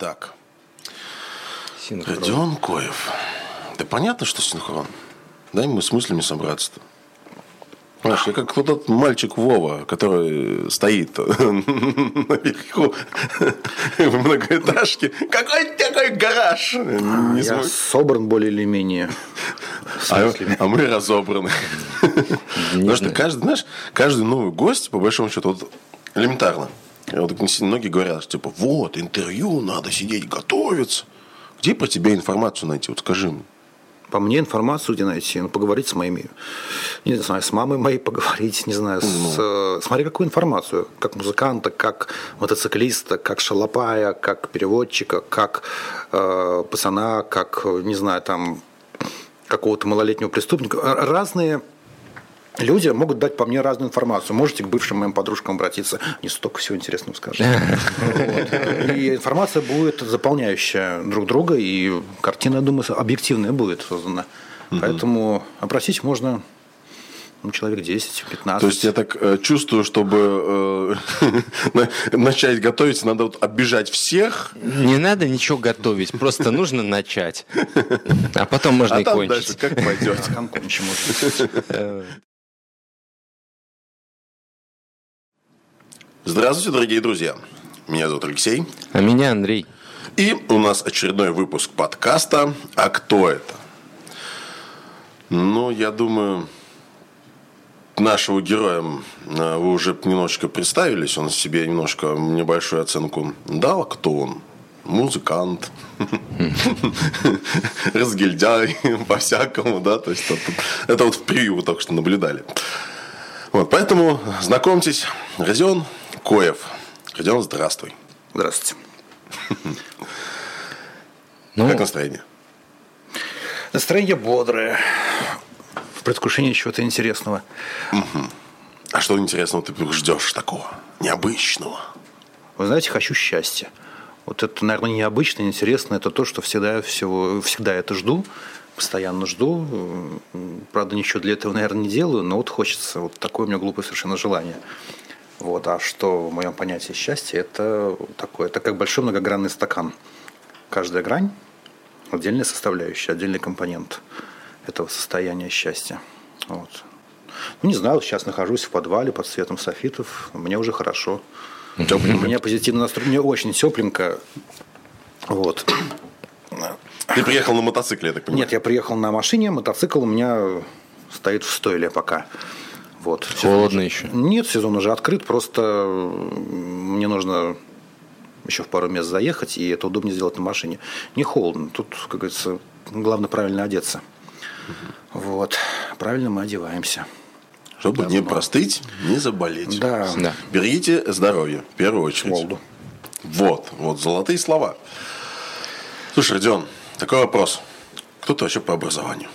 Так. Синхрон. Родион Коев. Да понятно, что синхрон. Дай мы с мыслями собраться-то. Понимаешь, я как вот тот мальчик Вова, который стоит наверху в многоэтажке. Какой такой гараж? Я собран более или менее. А мы разобраны. Потому что каждый новый гость, по большому счету, вот элементарно. Вот многие говорят, типа, вот, интервью, надо сидеть, готовиться. Где по тебе информацию найти? Вот скажи мне. По мне информацию где найти? Поговорить с моими, не знаю, с мамой моей поговорить, не знаю, смотри, какую информацию, как музыканта, как мотоциклиста, как шалопая, как переводчика, как пацана, как, не знаю, там, какого-то малолетнего преступника. Разные люди могут дать по мне разную информацию. Можете к бывшим моим подружкам обратиться. Не столько всего интересного скажут. И информация будет заполняющая друг друга, и картина, я думаю, объективная будет создана. Поэтому опросить можно человек 10-15. То есть я так чувствую, чтобы начать готовить, надо вот оббежать всех. Не надо ничего готовить, просто нужно начать. А потом можно и кончить. Дальше как пойдет. Там кончим уже. Здравствуйте, дорогие друзья. Меня зовут Алексей. А меня Андрей. И у нас очередной выпуск подкаста «А кто это?». Ну, я думаю, нашего героя вы уже немножечко представились. Он себе немножко небольшую оценку дал. Кто он? Музыкант, разгильдяй, по-всякому, да. То есть это вот в превью вы только что наблюдали. Вот, поэтому знакомьтесь, Родион Коев. Родион, здравствуй. Здравствуйте. Как настроение? Настроение бодрое. В предвкушении чего-то интересного. А что интересного ты ждешь такого необычного? Вы знаете, хочу счастья. Вот это, наверное, необычно, интересно. Это то, что всегда это жду. Постоянно жду. Правда, ничего для этого, наверное, не делаю, но вот хочется. Вот такое у меня глупое совершенно желание. Вот. А что в моем понятии счастья, это такое. Это как большой многогранный стакан. Каждая грань – отдельная составляющая, отдельный компонент этого состояния счастья. Вот. Ну, не знаю, сейчас нахожусь в подвале под светом софитов. Мне уже хорошо. У меня позитивный настрой. Мне очень тепленько. Вот. Ты приехал на мотоцикле, я так понимаю? Нет, я приехал на машине. Мотоцикл у меня стоит в стойле пока. Вот. Холодно еще? Нет, сезон уже открыт. Просто мне нужно еще в пару мест заехать, и это удобнее сделать на машине. Не холодно. Тут, как говорится, главное правильно одеться. Вот. Правильно мы одеваемся. Чтобы не простыть, не заболеть. Да. Берегите здоровье, в первую очередь. Молоду. Вот золотые слова. Слушай, Родион, такой вопрос. Кто ты вообще по образованию?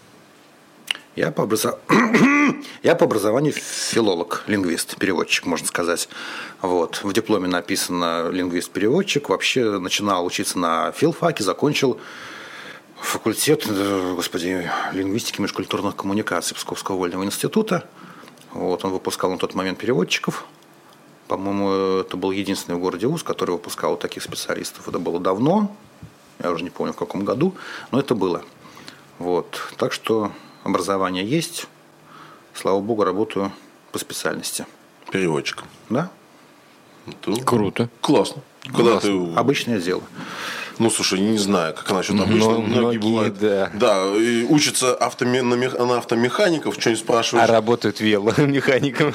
Я по образованию филолог, лингвист, переводчик, можно сказать. Вот. В дипломе написано лингвист-переводчик. Вообще начинал учиться на филфаке, закончил факультет, лингвистики и межкультурных коммуникаций Псковского вольного института. Вот. Он выпускал на тот момент переводчиков. По-моему, это был единственный в городе вуз, который выпускал таких специалистов. Это было давно, я уже не помню в каком году, но это было. Вот. Так что образование есть. Слава богу, работаю по специальности. Переводчик. Да. Круто. Классно. Куда ты... Обычное дело. Ну, слушай, не знаю, как насчет обычного. Многие бывают. Да, и учатся на автомехаников, что-нибудь спрашивают. А работают веломехаником.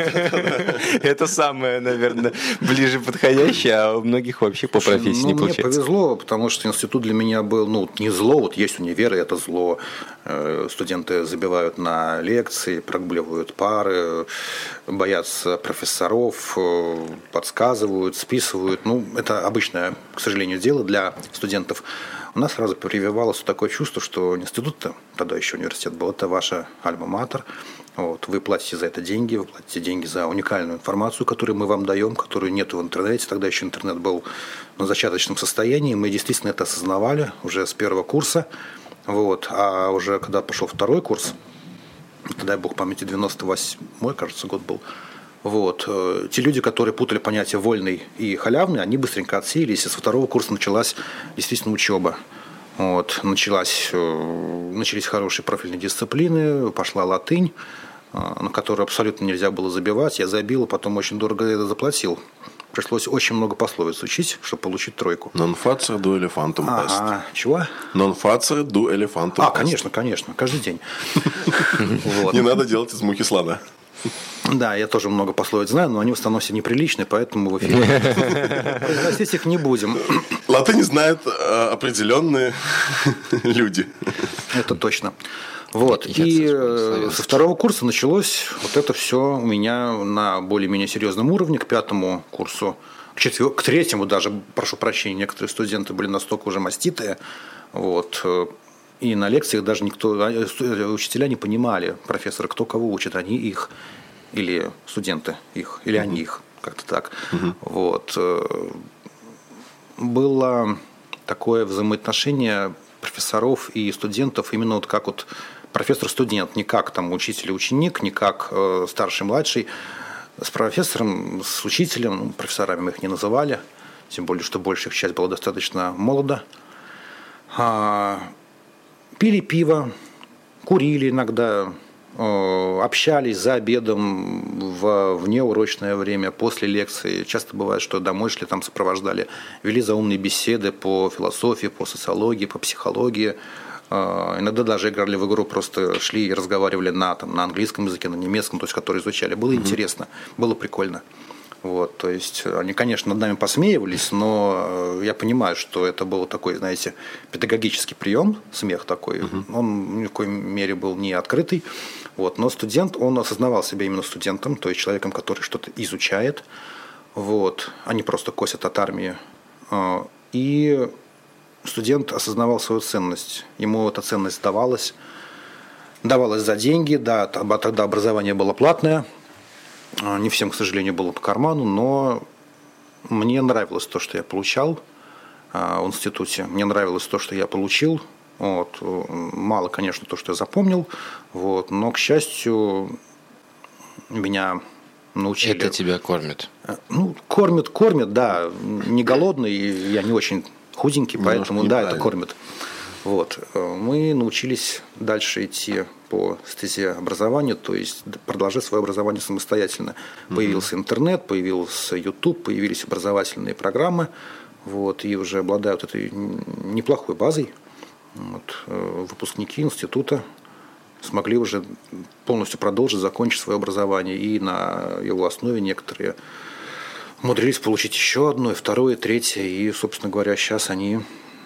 Это самое, наверное, ближе подходящее, а у многих вообще по профессии не получается. Мне повезло, потому что институт для меня был, не зло, вот есть универ, и это зло. Студенты забивают на лекции, прогуливают пары, боятся профессоров, подсказывают, списывают. Это обычное, к сожалению, дело для студентов. У нас сразу прививалось такое чувство, что институт, тогда еще университет был, это ваша альма-матер. Вот. Вы платите за это деньги, вы платите деньги за уникальную информацию, которую мы вам даем, которую нет в интернете. Тогда еще интернет был на зачаточном состоянии. Мы действительно это осознавали уже с первого курса. Вот. А уже когда пошел второй курс, дай бог памяти, 98-й, кажется, год был, Вот. Те люди, которые путали понятие вольный и халявный, они быстренько отсеялись, и со второго курса началась действительно учеба. Вот. Начались хорошие профильные дисциплины, пошла латынь, на которую абсолютно нельзя было забивать. Я забил, потом очень дорого это заплатил. Пришлось очень много пословиц учить, чтобы получить тройку. Non facere du elefantum est. Чего? Non facere du elefantum est. Конечно, каждый день. Не надо делать из мухи слона. Да, я тоже много пословиц знаю, но они в основном все неприличные, поэтому в эфире произносить их не будем. Латынь знают определенные люди. Это точно. Вот. И со второго курса началось вот это все у меня на более-менее серьезном уровне, к пятому курсу, к третьему даже, прошу прощения, некоторые студенты были настолько уже маститые, вот, и на лекциях даже учителя не понимали, профессоры, кто кого учит, они их, или студенты их, или они их, как-то так. Вот. Было такое взаимоотношение профессоров и студентов именно вот как вот профессор-студент, не как там учитель и ученик, не как старший-младший. С профессором, с учителем, профессорами мы их не называли, тем более, что большая их часть была достаточно молода. Пили пиво, курили иногда, общались за обедом в внеурочное время, после лекции. Часто бывает, что домой шли, там сопровождали, вели заумные беседы по философии, по социологии, по психологии. Иногда даже играли в игру, просто шли и разговаривали на английском языке, на немецком, то есть, которые изучали. Было интересно, было прикольно. Вот, то есть они, конечно, над нами посмеивались, но я понимаю, что это был такой, знаете, педагогический прием, смех такой. Он ни в коей мере был не открытый. Вот, но студент, он осознавал себя именно студентом, то есть человеком, который что-то изучает, вот, а не просто косит от армии. И студент осознавал свою ценность. Ему эта ценность давалась за деньги, да, тогда образование было платное. Не всем, к сожалению, было по карману, но мне нравилось то, что я получал в институте. Мне нравилось то, что я получил. Вот. Мало, конечно, то, что я запомнил, вот. Но, к счастью, меня научили. Это тебя кормит? Ну, кормят, да. Не голодный, я не очень худенький, поэтому, да, это кормит. Вот. Мы научились дальше идти по стезе образования, то есть продолжать свое образование самостоятельно. Появился интернет, появился YouTube, появились образовательные программы, вот, и уже обладают этой неплохой базой. Вот, выпускники института смогли уже полностью продолжить, закончить свое образование, и на его основе некоторые умудрились получить еще одно, и второе, и третье, и, собственно говоря, сейчас они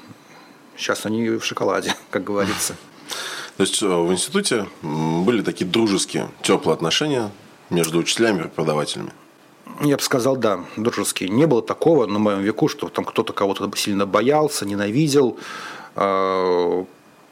в шоколаде, как говорится. То есть в институте были такие дружеские, теплые отношения между учителями и преподавателями? Я бы сказал, да, дружеские. Не было такого на моем веку, что там кто-то кого-то сильно боялся, ненавидел. Как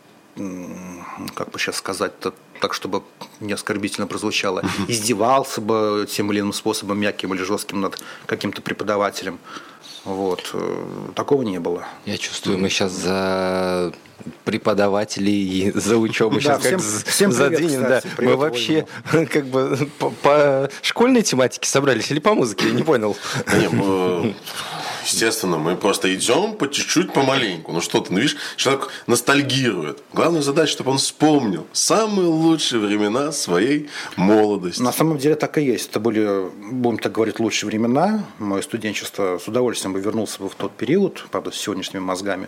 бы сейчас сказать-то так, чтобы не оскорбительно прозвучало, издевался бы тем или иным способом, мягким или жестким, над каким-то преподавателем. Вот. Такого не было. Я чувствую, мы сейчас за преподавателей и за учебу да, сейчас всем задвинем. Да. Мы вообще как бы по школьной тематике собрались или по музыке? Я не понял. Естественно, мы просто идем по чуть-чуть, помаленьку. Ну что ты, видишь, человек ностальгирует. Главная задача, чтобы он вспомнил самые лучшие времена своей молодости. На самом деле так и есть. Это были, будем так говорить, лучшие времена. Мое студенчество с удовольствием бы вернулся бы в тот период, правда, с сегодняшними мозгами.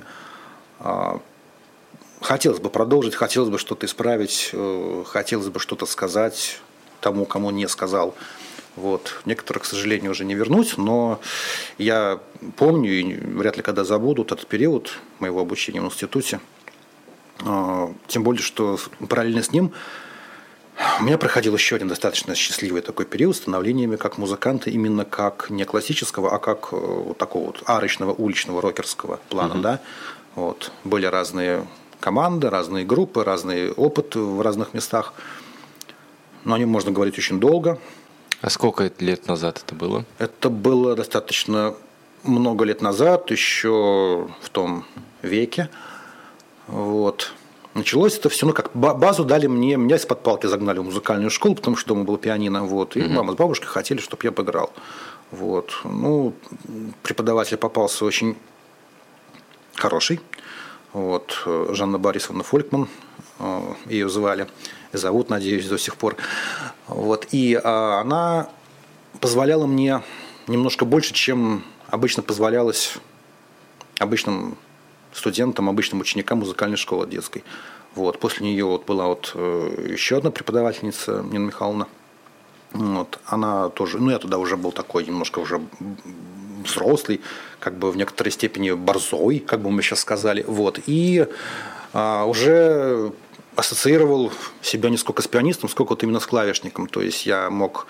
Хотелось бы продолжить, хотелось бы что-то исправить, хотелось бы что-то сказать тому, кому не сказал. Вот. Некоторых, к сожалению, уже не вернуть, но я помню и вряд ли когда забуду этот период моего обучения в институте. Тем более, что параллельно с ним у меня проходил еще один достаточно счастливый такой период становления как музыканта, именно как не классического, а как вот такого вот арочного, уличного, рокерского плана. Да? Вот. Были разные команды, разные группы, разный опыт в разных местах. Но о нем можно говорить очень долго. А сколько лет назад это было? Это было достаточно много лет назад, еще в том веке. Вот. началось это все, как базу дали мне, меня из-под палки загнали в музыкальную школу, потому что дома было пианино, вот, и мама с бабушкой хотели, чтобы я поиграл. Вот. Ну, преподаватель попался очень хороший. Вот. Жанна Борисовна Фолькман, ее звали, и зовут, надеюсь, до сих пор. Вот. И она позволяла мне немножко больше, чем обычно позволялось обычным студентам, обычным ученикам музыкальной школы детской. Вот. После нее вот была вот еще одна преподавательница, Нина Михайловна. Вот. Она тоже, ну я тогда уже был такой немножко уже взрослый, как бы в некоторой степени борзой, как бы мы сейчас сказали. Вот. И уже ассоциировал себя не сколько с пианистом, сколько вот именно с клавишником. То есть я мог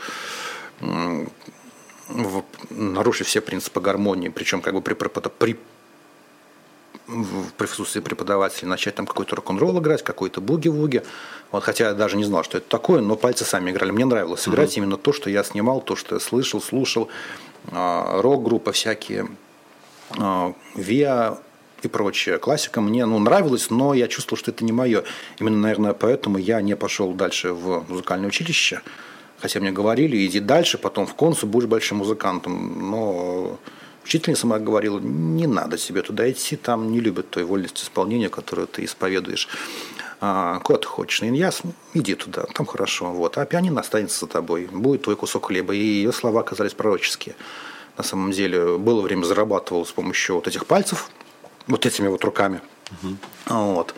нарушить все принципы гармонии, причем как бы в присутствии преподавателей начать там какой-то рок-н-ролл играть, какой-то буги-вуги. Вот, хотя я даже не знал, что это такое, но пальцы сами играли. Мне нравилось играть именно то, что я снимал, то, что я слышал, слушал. Рок-группы всякие, ВИА и прочее. Классика мне нравилась, но я чувствовал, что это не мое. Именно, наверное, поэтому я не пошел дальше в музыкальное училище. Хотя мне говорили, иди дальше, потом в консу будешь большим музыкантом. Но учительница моя говорила, не надо себе туда идти, там не любят той вольности исполнения, которую ты исповедуешь. Куда ты хочешь? Иньяс, иди туда, там хорошо. Вот. А пианино останется за тобой, будет твой кусок хлеба. И ее слова оказались пророческие. На самом деле, было время, зарабатывал с помощью вот этих пальцев, вот этими вот руками. Вот.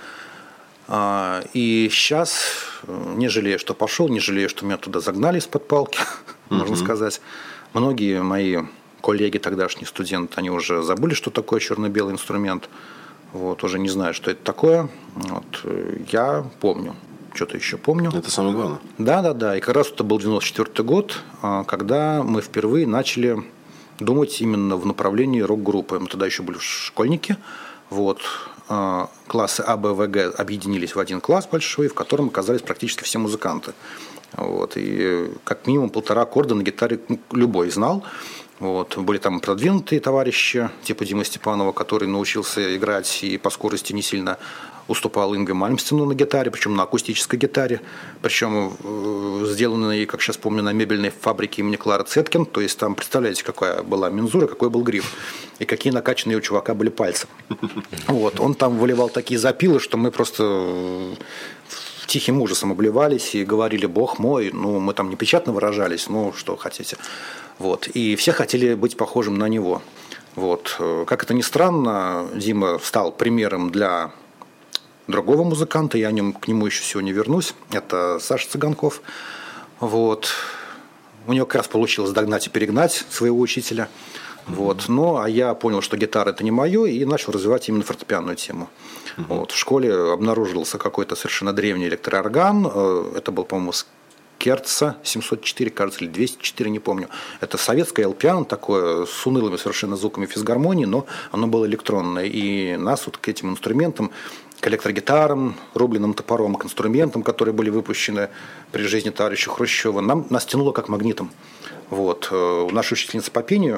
И сейчас не жалею, что пошел, не жалею, что меня туда загнали из-под палки, можно сказать. Многие мои коллеги, тогдашние студенты, они уже забыли, что такое черно-белый инструмент. Вот, уже не знаю, что это такое. Вот, я помню, что-то еще помню. Это самое главное. Да. И как раз это был 94-й год, когда мы впервые начали думать именно в направлении рок-группы. Мы тогда еще были школьники. Вот. Классы А, Б, В, Г объединились в один класс большой, в котором оказались практически все музыканты. Вот. И как минимум 1,5 аккорда на гитаре любой знал. Вот. Были там продвинутые товарищи, типа Димы Степанова, который научился играть и по скорости не сильно уступал Ингве Мальмстену на гитаре, причем на акустической гитаре, причем сделанной, как сейчас помню, на мебельной фабрике имени Клары Цеткин. То есть там, представляете, какая была мензура, какой был гриф, и какие накачанные у чувака были пальцы. Вот. Он там выливал такие запилы, что мы просто тихим ужасом обливались и говорили: бог мой, мы там не печатно выражались, что хотите. Вот. И все хотели быть похожим на него. Вот. Как это ни странно, Дима стал примером для другого музыканта, я к нему еще сегодня вернусь, это Саша Цыганков. Вот. У него как раз получилось догнать и перегнать своего учителя. Вот. А я понял, что гитара – это не мое, и начал развивать именно фортепианную тему. Вот. В школе обнаружился какой-то совершенно древний электроорган, это был, по-моему, Керца 704, кажется, или 204, не помню. Это советское элпиано такое, с унылыми совершенно звуками физгармонии, но оно было электронное. И нас вот к этим инструментам, к электрогитарам, рубленным топором, к инструментам, которые были выпущены при жизни товарища Хрущева, нас тянуло как магнитом. Вот. Наша учительница по пению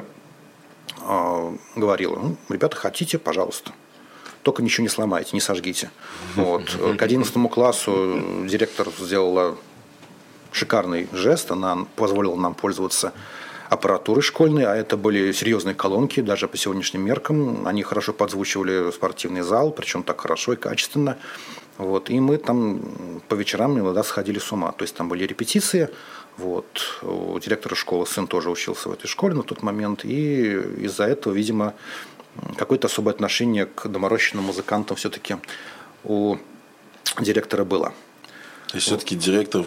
говорила: ребята, хотите, пожалуйста. Только ничего не сломайте, не сожгите. Вот. К 11 классу директор сделала шикарный жест, она позволила нам пользоваться аппаратурой школьной, а это были серьезные колонки, даже по сегодняшним меркам. Они хорошо подзвучивали спортивный зал, причем так хорошо и качественно. Вот. И мы там по вечерам иногда сходили с ума. То есть там были репетиции. Вот. У директора школы сын тоже учился в этой школе на тот момент. И из-за этого, видимо, какое-то особое отношение к доморощенным музыкантам все-таки у директора было. То есть все-таки директор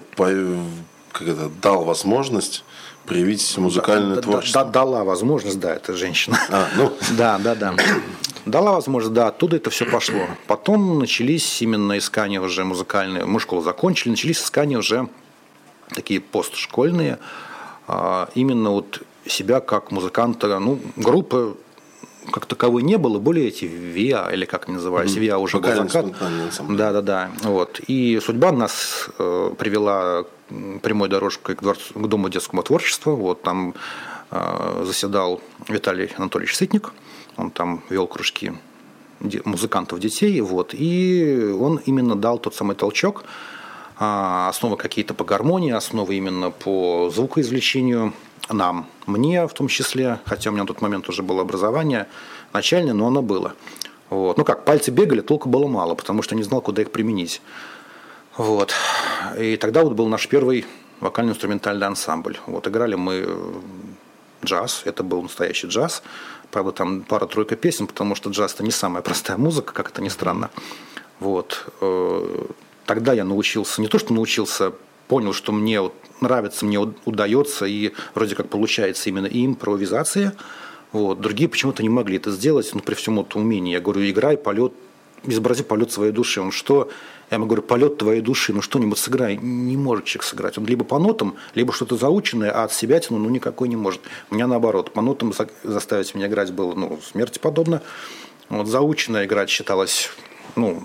дал возможность проявить музыкальное творчество. Дала возможность, да, это женщина. Да. Дала возможность, да, оттуда это все пошло. Потом начались именно искания уже музыкальные. Мы школу закончили, начались искания уже такие постшкольные. Именно вот себя как музыканта, группы как таковой не было, были эти ВИА, или как они назывались, ВИА уже был закат. Да. Вот. И судьба нас привела прямой дорожкой к Дому детского творчества. Вот там заседал Виталий Анатольевич Сытник, он там вел кружки музыкантов детей, вот, и он именно дал тот самый толчок, основы какие-то по гармонии, основы именно по звукоизвлечению нам, мне в том числе, хотя у меня на тот момент уже было образование начальное, но оно было. Вот. Ну как, пальцы бегали, толку было мало, потому что не знал, куда их применить. Вот. И тогда вот был наш первый вокально-инструментальный ансамбль. Вот, играли мы джаз, это был настоящий джаз. Правда, там пара-тройка песен, потому что джаз – это не самая простая музыка, как это ни странно. Вот. Тогда я научился, не то что научился, понял, что мне нравится, мне удается, и вроде как получается именно и импровизация. Вот. Другие почему-то не могли это сделать, но при всем этом умении. Я говорю, играй, полет, изобрази полет своей души. Он что? Я ему говорю, полет твоей души, ну что-нибудь сыграй. Не может человек сыграть. Он либо по нотам, либо что-то заученное, а от себя тяну, ну никакой не может. У меня наоборот. По нотам заставить меня играть было, ну, смерти подобно. Вот заученное играть считалось, ну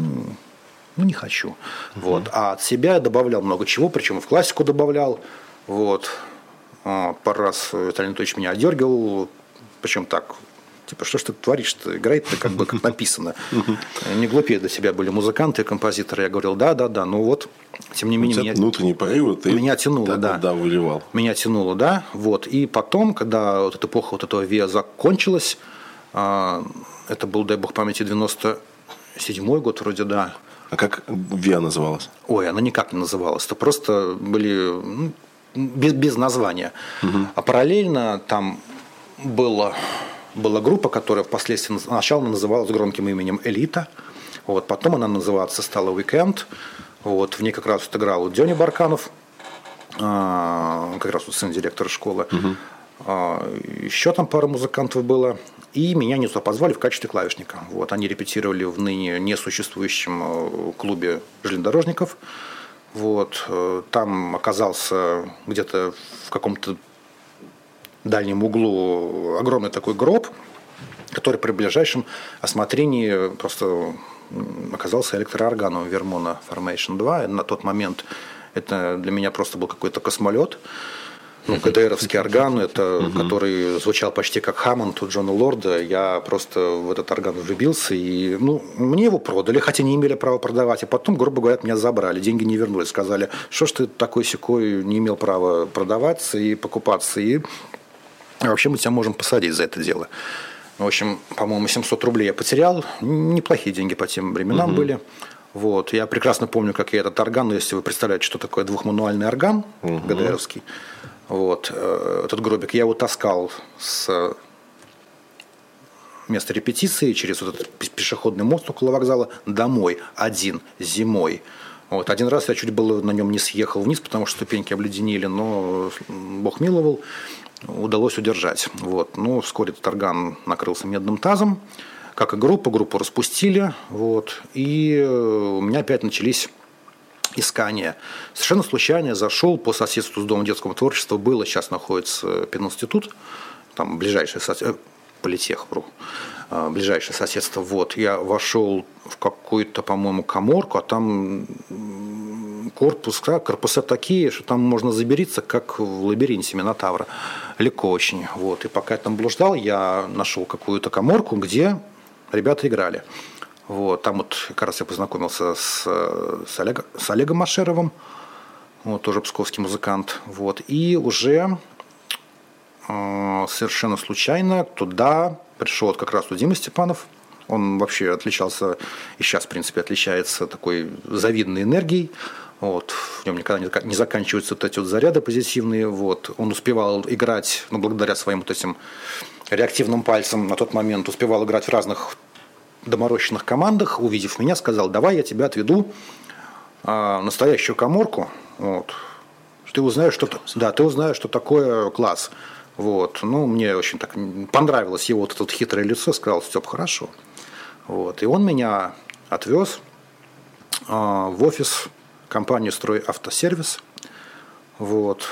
не хочу. Вот. А от себя я добавлял много чего, причем в классику добавлял. Вот. Пару раз Виталий Анатольевич меня одергивал, причем так, типа, что ж ты творишь-то, играет-то как бы как написано. Не глупее для себя были музыканты и композиторы. Я говорил, да, ну вот, тем не менее. Внутренний порыв, ты меня тянуло, да. Выливал. Меня тянуло, да. Вот. И потом, когда вот эта эпоха вот этого ВИА закончилась, это был, дай бог памяти, 97-й год вроде, да. А как ВИА называлась? Ой, она никак не называлась. Это просто были без названия. А параллельно там была группа, которая впоследствии сначала называлась громким именем «Элита». Вот, потом она называться стала «Уикенд». Вот, в ней как раз играл Дёня Барканов, как раз сын директора школы. Еще там пара музыкантов было. И меня не туда позвали в качестве клавишника. Вот, они репетировали в ныне несуществующем клубе железнодорожников. Вот, там оказался где-то в каком-то дальнем углу огромный такой гроб, который при ближайшем осмотрении просто оказался электроорганом Вермона Formation 2. И на тот момент это для меня просто был какой-то космолет. Ну, ГДРовский орган, это, который звучал почти как Хаммонд у Джона Лорда. Я просто в этот орган влюбился. И, мне его продали, хотя не имели права продавать. А потом, грубо говоря, меня забрали. Деньги не вернули. Сказали, что ж ты такой-сякой не имел права продаваться и покупаться. И вообще мы тебя можем посадить за это дело. В общем, по-моему, 700 рублей я потерял. Неплохие деньги по тем временам были. Вот. Я прекрасно помню, как я этот орган, если вы представляете, что такое двухмануальный орган ГДРовский. Вот, этот гробик, я его таскал с места репетиции через вот этот пешеходный мост около вокзала домой, один, зимой. Вот, один раз я чуть было на нем не съехал вниз, потому что ступеньки обледенели, но Бог миловал, удалось удержать. Вот, вскоре этот орган накрылся медным тазом, как и группу распустили, вот, и у меня опять начались искания. Совершенно случайно я зашел по соседству с Домом детского творчества. Сейчас находится пединститут, там ближайшее соседство, политех, ближайшее соседство. Вот. Я вошел в какую-то, по-моему, каморку, а там корпуса такие, что там можно забериться, как в лабиринте Минотавра. Легко очень. Вот. И пока я там блуждал, я нашел какую-то каморку, где ребята играли. Вот, там вот как раз я познакомился с Олегом Машеровым, вот, тоже псковский музыкант. Вот, и уже совершенно случайно туда пришел как раз Дима Степанов. Он вообще отличался, и сейчас, в принципе, отличается такой завидной энергией. Вот, в нем никогда не заканчиваются вот эти вот заряды позитивные. Вот. Он успевал играть, благодаря своим вот этим реактивным пальцам на тот момент, успевал играть в разных доморощенных командах. Увидев меня, сказал, давай я тебя отведу в настоящую каморку. Вот. Ты узнаешь, что такое класс. Вот. Мне очень так понравилось его вот это вот хитрое лицо. Сказал, Степ, хорошо. Вот. И он меня отвез в офис компании «Стройавтосервис», вот,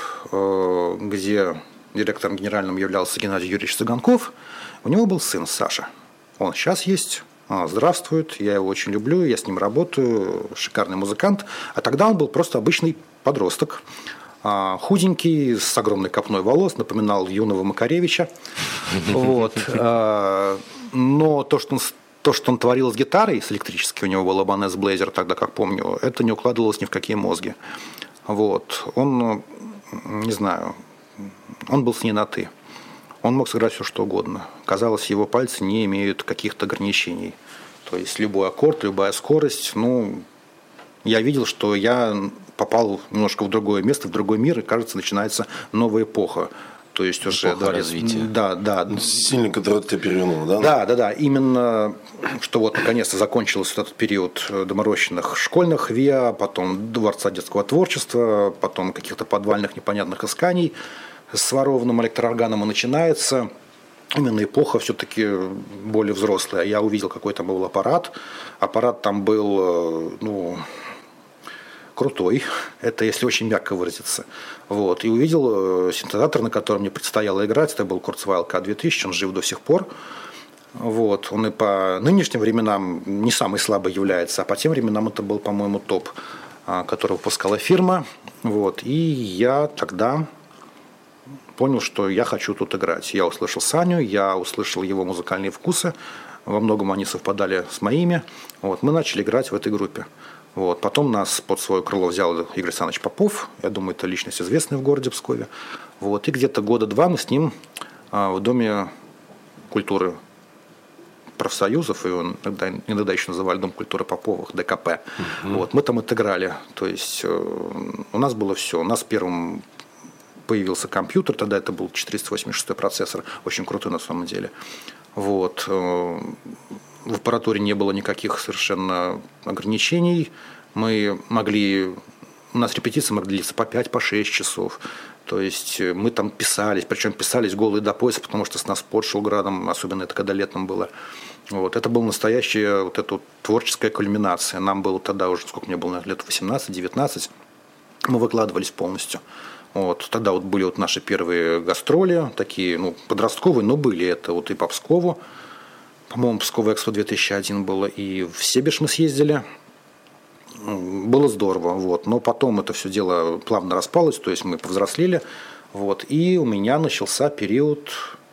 где директором генеральным являлся Геннадий Юрьевич Цыганков. У него был сын Саша. Он сейчас есть. Здравствует, я его очень люблю, я с ним работаю, шикарный музыкант. А тогда он был просто обычный подросток, худенький, с огромной копной волос, напоминал юного Макаревича. Вот. Но то, что он то, что он творил с гитарой, с электрической, у него был Ibanez Blazer, тогда, как помню, это не укладывалось ни в какие мозги. Вот. Он, не знаю, он был с ней на «ты». Он мог сыграть все, что угодно. Казалось, его пальцы не имеют каких-то ограничений. То есть любой аккорд, любая скорость. Ну, я видел, что я попал немножко в другое место, в другой мир, и, кажется, начинается новая эпоха. То есть уже развития. Да. Сильно, который тебя перевернул, да? Да. Именно, что вот наконец-то закончился вот этот период доморощенных школьных ВИА, потом Дворца детского творчества, потом каких-то подвальных непонятных исканий с ворованным электроорганом и начинается именно эпоха все-таки более взрослая. Я увидел, какой там был аппарат. Аппарат там был, крутой, это если очень мягко выразиться. Вот. И увидел синтезатор, на котором мне предстояло играть, это был Kurzweil K2000, он жив до сих пор. Вот. Он и по нынешним временам не самый слабый является, а по тем временам это был, по-моему, топ, который выпускала фирма. Вот. И я тогда понял, что я хочу тут играть. Я услышал Саню, я услышал его музыкальные вкусы, во многом они совпадали с моими. Вот. Мы начали играть в этой группе. Вот. Потом нас под свое крыло взял Игорь Александрович Попов. Я думаю, это личность известная в городе Пскове. Вот. И где-то года два мы с ним в Доме культуры профсоюзов, его иногда еще называли Дом культуры Поповых, ДКП. Вот. Мы там отыграли. То есть у нас было все. У нас первым появился компьютер, тогда это был 486 процессор, очень крутой на самом деле. Вот. В аппаратуре не было никаких совершенно ограничений. Мы могли, у нас репетиции могли длиться по 5, по 6 часов. То есть мы там писались, причем писались голые до пояса, потому что с нас пот шел градом, особенно это когда летом было. Вот. Это была настоящая вот эта вот творческая кульминация. Нам было тогда уже, сколько мне было, наверное, лет 18-19, мы выкладывались полностью. Вот. Тогда вот были вот наши первые гастроли, такие, подростковые, но были это вот и по Пскову. По-моему, Псково Экспо 2001 было, и в Себеж мы съездили. Было здорово, вот. Но потом это все дело плавно распалось, то есть мы повзрослели. Вот. И у меня начался период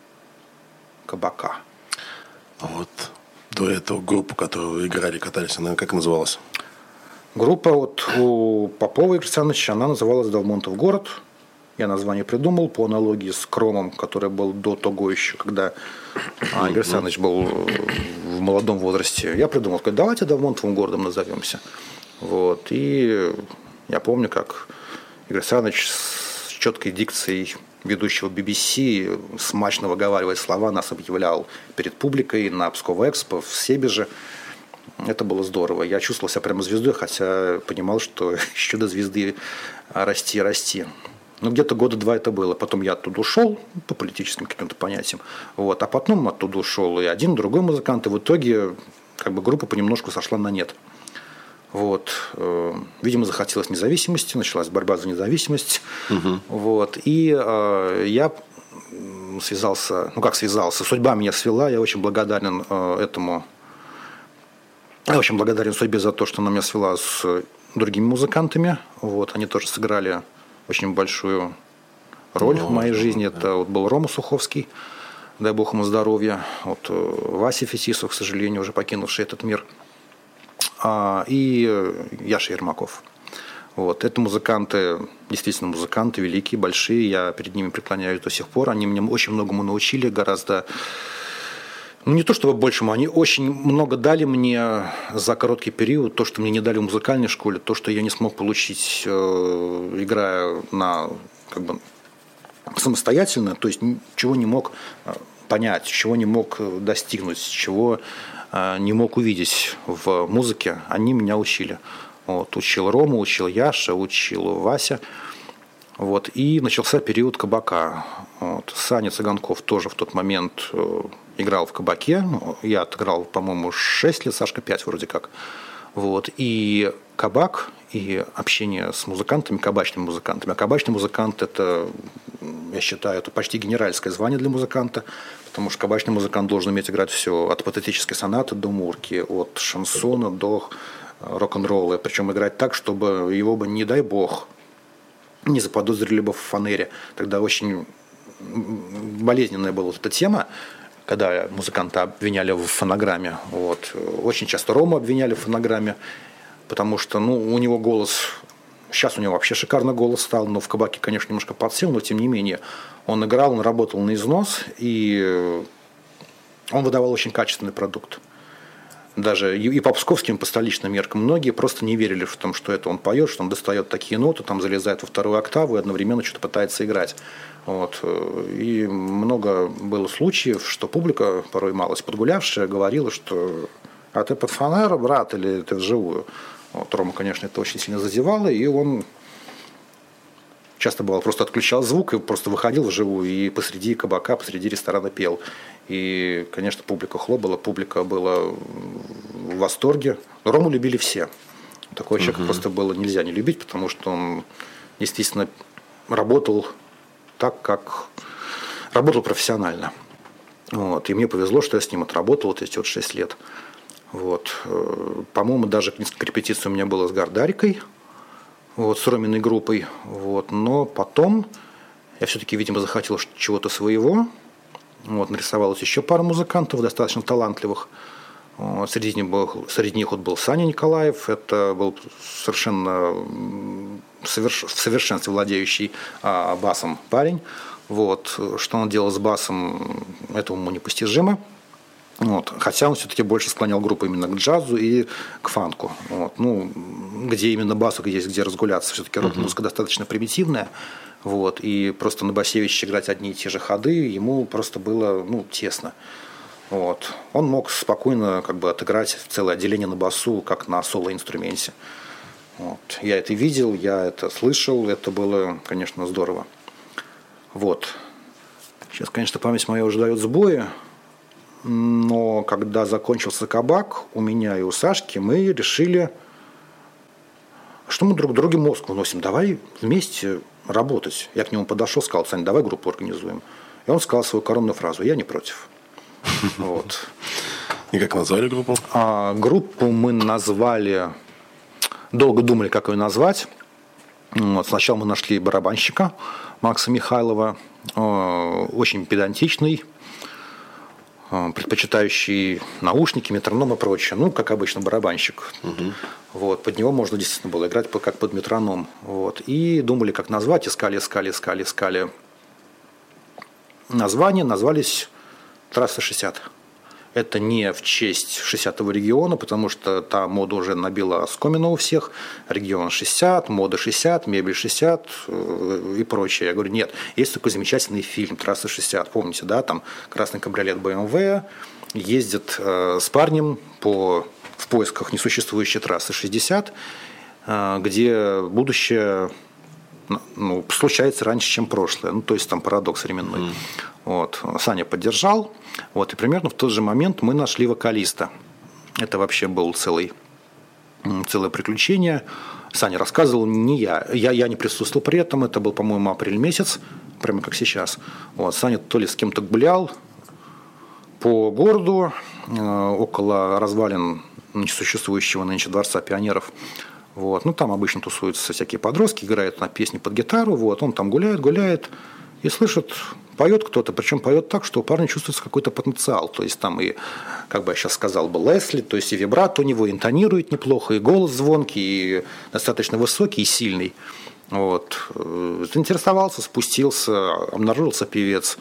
кабака. А вот до этого группа, которую вы играли, катались, она как называлась? Группа вот у Попова Игоря Александровича, она называлась «Далмонтов город». Я название придумал по аналогии с Кромом, который был до того еще, когда Игорь Александрович был в молодом возрасте. Я придумал, давайте Далмонтовым городом назовемся. Вот. И я помню, как Игорь Александрович с четкой дикцией ведущего BBC смачно выговаривая слова, нас объявлял перед публикой на Псково Экспо в Себеже. Это было здорово. Я чувствовал себя прямо звездой, хотя понимал, что еще до звезды расти и расти. Где-то года два это было. Потом я оттуда ушел по политическим каким-то понятиям. Вот. А потом оттуда ушел и один, и другой музыкант. И в итоге группа понемножку сошла на нет. Вот. Видимо, захотелось независимости. Началась борьба за независимость. Вот. И я связался. Связался. Судьба меня свела. Я очень благодарен этому. Я очень благодарен судьбе за то, что она меня свела с другими музыкантами. Вот. Они тоже сыграли очень большую роль в моей жизни. Это вот был Рома Суховский, дай бог ему здоровья. Вот Вася Фетисов, к сожалению, уже покинувший этот мир. И Яша Ермаков. Вот. Это музыканты, действительно музыканты, великие, большие. Я перед ними преклоняюсь до сих пор. Они меня очень многому научили, гораздо... не то чтобы большему, они очень много дали мне за короткий период, то, что мне не дали в музыкальной школе, то, что я не смог получить, играя самостоятельно, то есть чего не мог понять, чего не мог достигнуть, чего не мог увидеть в музыке, они меня учили. Вот, учил Рома, учил Яша, учил Вася. Вот, и начался период кабака. Вот, Саня Цыганков тоже в тот момент играл в кабаке. Я отыграл, по-моему, 6 лет, Сашка 5 вроде как. Вот, и кабак, и общение с музыкантами, кабачными музыкантами. А кабачный музыкант – это, я считаю, это почти генеральское звание для музыканта, потому что кабачный музыкант должен уметь играть все от патетической сонаты до мурки, от шансона до рок-н-ролла. Причем играть так, чтобы его бы, не дай бог, не заподозрили бы в фанере. Тогда очень болезненная была вот эта тема. когда музыканта обвиняли в фонограмме. Вот. Очень часто Рому обвиняли в фонограмме, потому что у него голос... Сейчас у него вообще шикарный голос стал, но в кабаке, конечно, немножко подсел, но тем не менее он играл, он работал на износ, и он выдавал очень качественный продукт. Даже и по псковским, по столичным меркам многие просто не верили в том, что это он поет, что он достает такие ноты, там залезает во вторую октаву и одновременно что-то пытается играть. Вот. И много было случаев, что публика, порой малость подгулявшая, говорила, что «а ты под фанеру, брат, или ты вживую?» Вот, Рома, конечно, это очень сильно задевало, и он часто бывало просто отключал звук и просто выходил вживую и посреди кабака, посреди ресторана пел. И, конечно, публика хлопала, публика была в восторге. Рому любили все. Такого человека просто было нельзя не любить, потому что он действительно работал так, как работал профессионально. Вот. И мне повезло, что я с ним отработал вот эти 6 лет. Вот. По-моему, даже несколько репетиций у меня было с Гардарикой, вот, с Роминой группой. Вот. Но потом я все-таки, видимо, захотел чего-то своего. Вот. Нарисовалось еще пара музыкантов, достаточно талантливых. Вот. Среди них вот был Саня Николаев. Это был совершенно в совершенстве владеющий басом парень. Вот. Что он делал с басом, это ему непостижимо. Вот. Хотя он все-таки больше склонял группу именно к джазу и к фанку. Вот. Где именно басу есть где разгуляться. Все-таки рок-музыка достаточно примитивная. Вот. И просто на басевище играть одни и те же ходы ему просто было тесно. Вот. Он мог спокойно отыграть целое отделение на басу, как на соло-инструменте. Вот. Я это видел, я это слышал. Это было, конечно, здорово. Вот. Сейчас, конечно, память моя уже дает сбои. Но когда закончился кабак, у меня и у Сашки, мы решили, что мы друг другу мозг выносим. Давай вместе работать. Я к нему подошел, сказал: Сань, давай группу организуем. И он сказал свою коронную фразу: я не против. Вот. И как назвали группу? Группу мы назвали... Долго думали, как ее назвать. Вот. Сначала мы нашли барабанщика Макса Михайлова. Очень педантичный, предпочитающий наушники, метроном и прочее. Как обычно, барабанщик. Вот. Под него можно действительно было играть как под метроном. Вот. И думали, как назвать. Искали название. Назвались «Трасса 60». Это не в честь 60-го региона, потому что та мода уже набила оскомину у всех. Регион 60, мода 60, мебель 60 и прочее. Я говорю, нет, есть такой замечательный фильм «Трасса 60». Помните, да, там красный кабриолет BMW ездит с парнем в поисках несуществующей трассы 60, где будущее случается раньше, чем прошлое. То есть там парадокс временной. Вот. Саня поддержал. Вот. И примерно в тот же момент мы нашли вокалиста. Это вообще было целое приключение. Саня рассказывал, не я. Я не присутствовал при этом. Это был, по-моему, апрель месяц, прямо как сейчас. Вот. Саня то ли с кем-то гулял по городу, около развалин несуществующего нынче Дворца пионеров. Вот. Там обычно тусуются всякие подростки, играют на песни под гитару. Вот. Он там гуляет и слышит, поет кто-то, причем поет так, что у парня чувствуется какой-то потенциал. То есть там и, как бы я сейчас сказал бы, Лесли, то есть и вибрато у него, интонирует неплохо, и голос звонкий, и достаточно высокий, и сильный. Вот. Заинтересовался, спустился, обнаружился певец,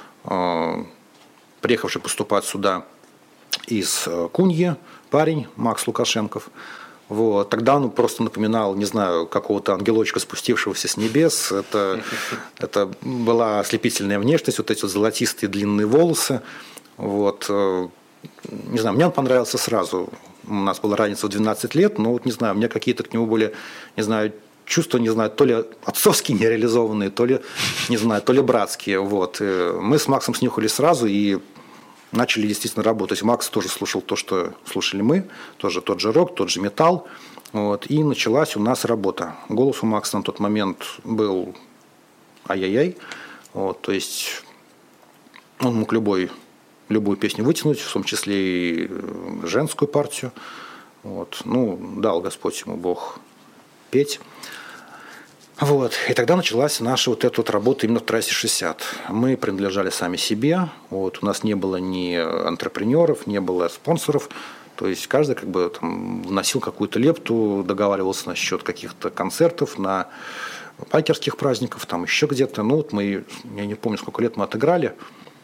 приехавший поступать сюда из Куньи, парень Макс Лукашенков. Вот. Тогда он просто напоминал, не знаю, какого-то ангелочка, спустившегося с небес. Это была ослепительная внешность, вот эти вот золотистые длинные волосы. Вот. Не знаю, мне он понравился сразу. У нас была разница в 12 лет, но вот не знаю, у меня какие-то к нему были, не знаю, чувства, не знаю, то ли отцовские нереализованные, то ли, не знаю, то ли братские. Вот. Мы с Максом снюхали сразу и начали действительно работать. Макс тоже слушал то, что слушали мы, тоже тот же рок, тот же металл. Вот. И началась у нас работа. Голос у Макса на тот момент был ай-яй-яй. Вот. То есть он мог любую песню вытянуть, в том числе и женскую партию. Вот. Дал Господь ему Бог петь. Вот. И тогда началась наша вот эта вот работа именно в трассе 60. Мы принадлежали сами себе. Вот. У нас не было ни антрепренеров, не было спонсоров. То есть каждый как бы там вносил какую-то лепту, договаривался насчет каких-то концертов, на байкерских праздников, там еще где-то. Ну вот мы, я не помню, сколько лет мы отыграли.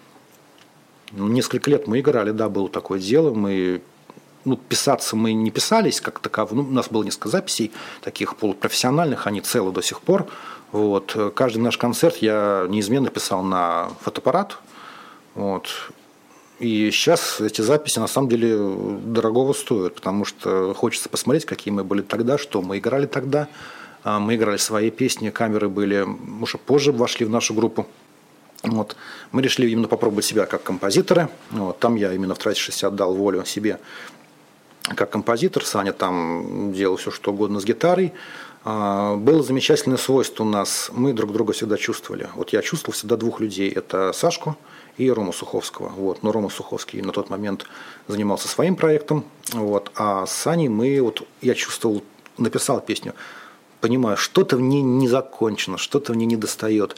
Несколько лет мы играли, да, было такое дело. Мы, писаться мы не писались как таково. У нас было несколько записей таких полупрофессиональных, они целы до сих пор. Вот. Каждый наш концерт я неизменно писал на фотоаппарат. Вот. И сейчас эти записи на самом деле дорогого стоят, потому что хочется посмотреть, какие мы были тогда, что мы играли тогда. Мы играли свои песни, камеры были, уже позже вошли в нашу группу. Вот. Мы решили именно попробовать себя как композиторы. Вот. Там я именно в трассе 60 дал волю себе как композитор. Саня там делал все, что угодно с гитарой. Было замечательное свойство у нас. Мы друг друга всегда чувствовали. Вот я чувствовал всегда двух людей. Это Сашку и Рому Суховского. Вот. Но Рома Суховский на тот момент занимался своим проектом. Вот. А с Саней я чувствовал, написал песню, понимаю, что-то в ней не закончено, что-то в ней не достает.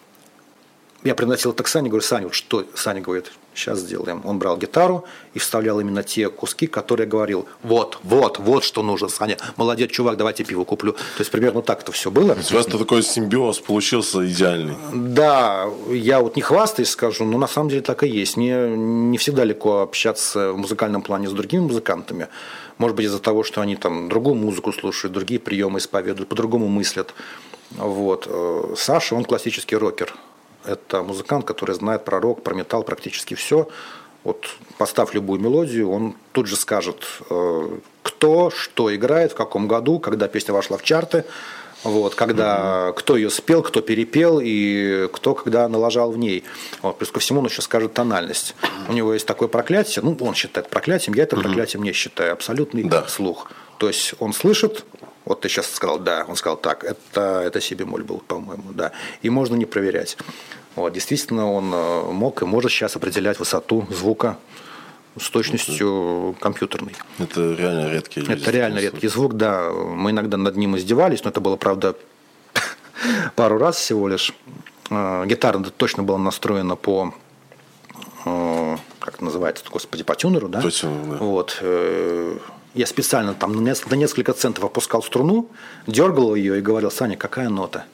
Я приносил это к Сане, говорю, Саня, вот что? Саня говорит, сейчас сделаем. Он брал гитару и вставлял именно те куски, которые я говорил, вот что нужно, Саня, молодец, чувак, давайте пиво куплю. То есть примерно так это все было. У вас такой симбиоз получился идеальный. Да, я вот не хвастаюсь, скажу, но на самом деле так и есть. Мне не всегда легко общаться в музыкальном плане с другими музыкантами. Может быть, из-за того, что они там другую музыку слушают, другие приемы исповедуют, по-другому мыслят. Вот. Саша, он классический рокер. Это музыкант, который знает про рок, про металл практически все. Вот поставь любую мелодию, он тут же скажет, кто, что играет, в каком году, когда песня вошла в чарты, вот, когда, кто ее спел, кто перепел и кто когда налажал в ней. Вот, плюс ко всему он еще скажет тональность. У него есть такое проклятие, он считает проклятием, я это проклятием не считаю, абсолютный слух. То есть он слышит, вот ты сейчас сказал, да, он сказал так, это си бемоль был, по-моему, да, и можно не проверять. Вот, действительно, он мог и может сейчас определять высоту звука с точностью компьютерной. Это реально редкий звук. Это реально редкий звук, да. Мы иногда над ним издевались, но это было, правда, пару раз всего лишь. Гитара точно была настроена по, как это называется, господи, по тюнеру, да? Точно, да. Вот. Я специально там на несколько центов опускал струну, дергал ее и говорил, Саня, какая нота?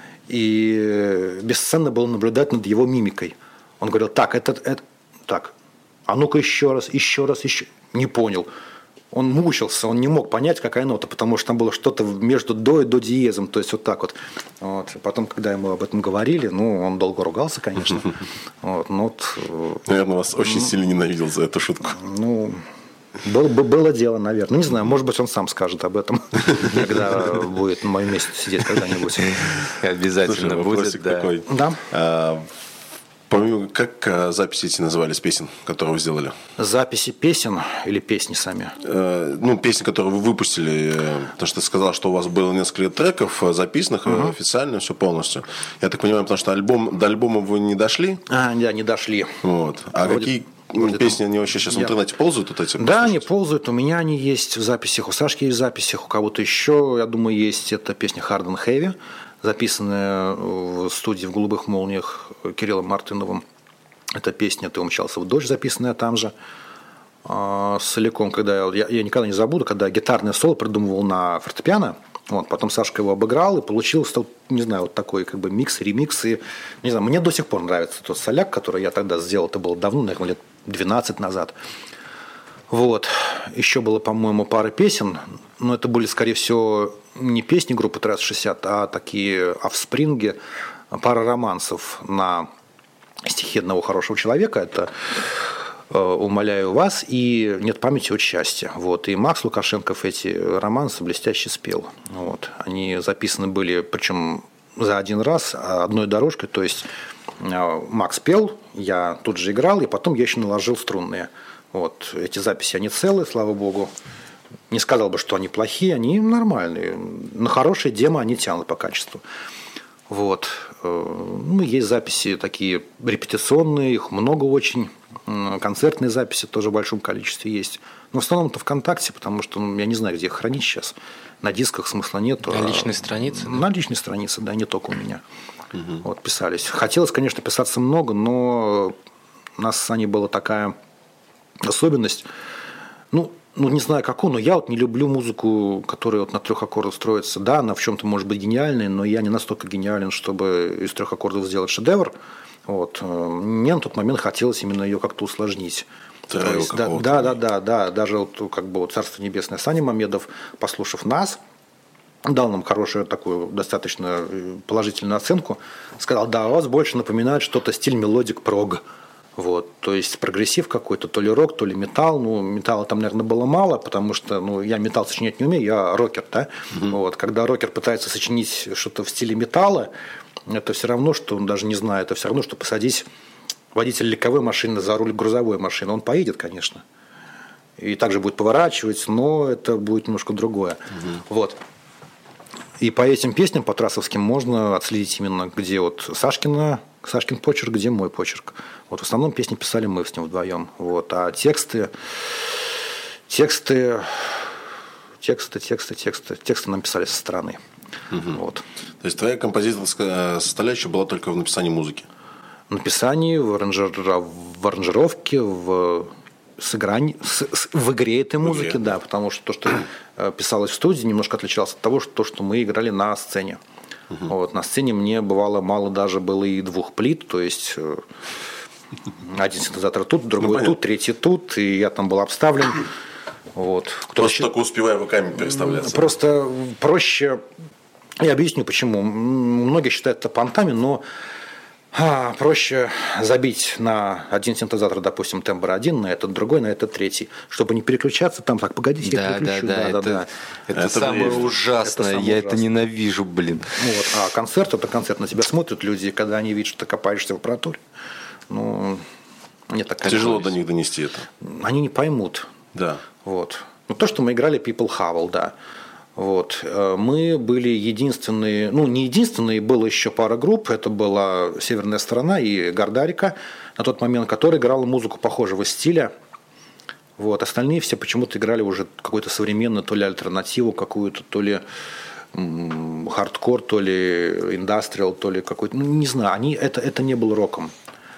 И бесценно было наблюдать над его мимикой. Он говорил, так, так, а ну-ка еще раз. Не понял. Он мучился, он не мог понять, какая нота, потому что там было что-то между до и до диезом, то есть вот так вот. Потом, когда ему об этом говорили, он долго ругался, конечно. Наверное, вас очень сильно ненавидел за эту шутку. Было дело, наверное. Не знаю, может быть, он сам скажет об этом, когда будет на моем месте сидеть когда-нибудь. Обязательно будет, такой. Да. Помимо, как записи эти назывались, песен, которые вы сделали? Записи песен или песни сами? Песни, которые вы выпустили, потому что ты сказал, что у вас было несколько треков записанных, официально все полностью. Я так понимаю, потому что до альбома вы не дошли? Да, не дошли. Вот. Какие песни, они вообще сейчас в интернете ползают? Вот эти? Да, они ползают. У меня они есть в записях, у Сашки есть в записях, у кого-то еще, я думаю, есть. Это песня Hard and Heavy, записанная в студии в «Голубых молниях» Кириллом Мартыновым. Эта песня «Ты умчался в дождь», записанная там же. Целиком, когда я никогда не забуду, когда гитарное соло придумывал на фортепиано, потом Сашка его обыграл, и получился, не знаю, вот такой как бы микс, ремикс. И, не знаю, мне до сих пор нравится тот соляк, который я тогда сделал. Это было давно, наверное, лет 12 назад. Вот. Еще было, по-моему, пара песен, но это были, скорее всего, не песни группы Трасс 60, а такие офспринги, пара романсов на стихи одного хорошего человека. Это «Умоляю вас» и «Нет памяти от счастья». Вот. И Макс Лукашенков эти романсы блестяще спел. Вот. Они записаны были, причем за один раз, одной дорожкой. То есть Макс пел, я тут же играл, и потом я еще наложил струнные. Вот. Эти записи, они целые, слава богу. Не сказал бы, что они плохие, они нормальные. На хорошие демо они тянут по качеству. Вот. Есть записи такие репетиционные, их много очень. Концертные записи тоже в большом количестве есть. Но в основном это ВКонтакте, потому что я не знаю, где их хранить сейчас. На дисках смысла нету. На личной странице? На личной странице, да, не только у меня. Вот, писались. Хотелось, конечно, писаться много, но у нас с Аней была такая особенность. Ну, не знаю, какую, но я вот не люблю музыку, которая вот на 3 аккордах строится. Да, она в чем-то может быть гениальной, но я не настолько гениален, чтобы из 3 аккордов сделать шедевр. Вот. Мне на тот момент хотелось именно ее как-то усложнить. Есть, да. Даже вот, как бы вот Царство Небесное Саня Мамедов, послушав нас, дал нам хорошую такую достаточно положительную оценку. Сказал, да, у вас больше напоминает что-то стиль мелодик прог. Вот, то есть прогрессив какой-то, то ли рок, то ли металл. Ну, металла там, наверное, было мало, потому что я металл сочинять не умею, я рокер, да. Вот, когда рокер пытается сочинить что-то в стиле металла, это все равно, что он даже не знает, это все равно, что посадить водителя легковой машины за руль грузовой машины. Он поедет, конечно, и также будет поворачивать, но это будет немножко другое. Вот. И по этим песням, по трассовским, можно отследить именно, где вот Сашкин почерк, где мой почерк. Вот в основном песни писали мы с ним вдвоем. Вот. А тексты нам писали со стороны. Вот. То есть твоя композиторская составляющая была только в написании музыки? В написании, в аранжировке, в игре этой музыки, да, потому что то, что писалось в студии, немножко отличалось от того, что мы играли на сцене. Вот, на сцене мне бывало мало даже было и 2 плит, то есть один синтезатор тут, другой тут, третий тут, и я там был обставлен. Вот. Просто только успевая руками переставляться. Просто проще, я объясню почему. Многие считают это понтами, но проще забить на один синтезатор, допустим, тембр 1, на этот другой, на этот третий, чтобы не переключаться там, так, погодите, я переключу. Это самое ужасное, я это ненавижу, блин. Вот. А концерт, это концерт, на тебя смотрят люди, и когда они видят, что ты копаешься в аппаратуре, мне так тяжело до них донести это. Они не поймут. Да. Вот. То, что мы играли People Howl, да. Вот. Мы были единственные, не единственные, было еще пара групп, это была «Северная сторона» и «Гардарика», на тот момент, которая играла музыку похожего стиля. Вот. Остальные все почему-то играли уже какую-то современную, то ли альтернативу какую-то, то ли хардкор, то ли индастриал, то ли какой-то, не знаю, это не было роком.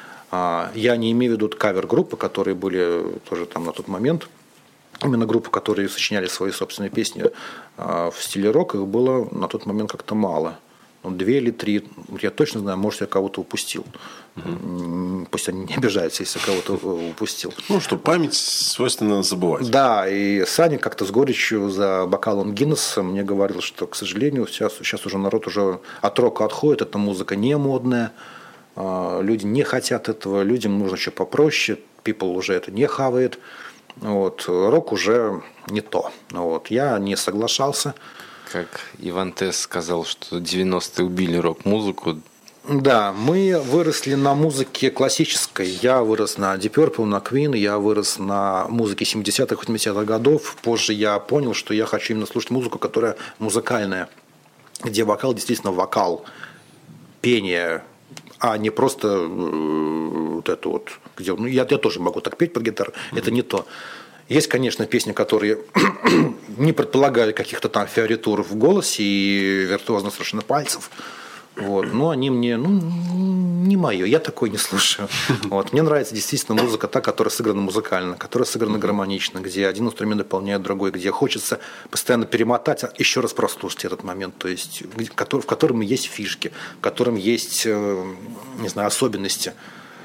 Я не имею в виду кавер-группы, которые были тоже там на тот момент. Именно группы, которые сочиняли свои собственные песни в стиле рок, их было на тот момент как-то мало. 2 или 3, я точно знаю, может, я кого-то упустил. Пусть они не обижаются, если кого-то упустил. Что память свойственно забывать. Да, и Саня как-то с горечью за бокалом Гиннесса мне говорил, что, к сожалению, сейчас уже народ уже от рока отходит, эта музыка не модная, люди не хотят этого, людям нужно еще попроще, people уже это не хавает. Вот, рок уже не то. Вот, я не соглашался. Как Иван Тесс сказал, что 90-е убили рок-музыку. Да, мы выросли на музыке классической. Я вырос на Deep Purple, на Queen, я вырос на музыке 70-х, 80-х годов. Позже я понял, что я хочу именно слушать музыку, которая музыкальная, где вокал действительно вокал, пение, а не просто вот это вот, где я тоже могу так петь под гитару, это не то. Есть, конечно, песни, которые не предполагают каких-то там фиоритур в голосе и виртуозно совершенно пальцев. Вот. Но они мне, не мое, я такой не слушаю. Вот. Мне нравится действительно музыка та, которая сыграна музыкально, которая сыграна гармонично, где один инструмент дополняет другой, где хочется постоянно перемотать, а еще раз прослушать этот момент, то есть в котором есть фишки, в котором есть, не знаю, особенности.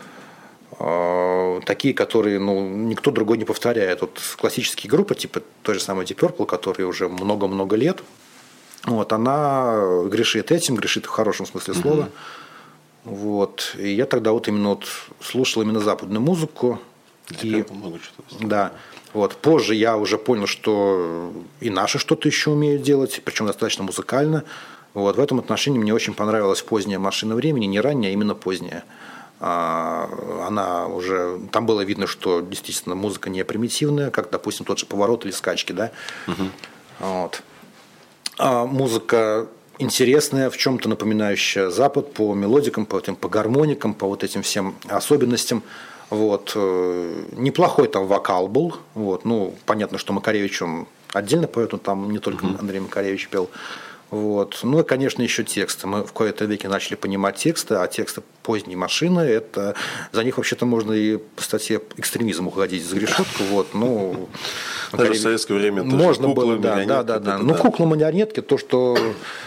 Такие, которые никто другой не повторяет. Вот классические группы, типа той же самой Deep Purple, которые уже много-много лет, вот, она грешит этим, грешит в хорошем смысле слова. Вот. И я тогда вот именно слушал именно западную музыку. Да. Вот. Позже я уже понял, что и наши что-то еще умеют делать, причем достаточно музыкально. Вот. В этом отношении мне очень понравилась поздняя «Машина времени», не ранняя, а именно поздняя. Она уже, там было видно, что действительно музыка не примитивная, как, допустим, тот же «Поворот» или «Скачки», да? Вот. Музыка интересная, в чем-то напоминающая Запад по мелодикам, по гармоникам, по вот этим всем особенностям. Вот. Неплохой там вокал был. Вот. Ну, понятно, что Макаревич, он отдельно поет, он там не только Андрей Макаревич пел. Вот. Ну и, конечно, еще тексты. Мы в кои-то веке начали понимать тексты, а тексты «Поздней машины» – это за них вообще-то можно и по статье экстремизм уходить за решетку. Вот. Ну, даже в советское время можно было, да. Ну, куклы-марионетки, то, что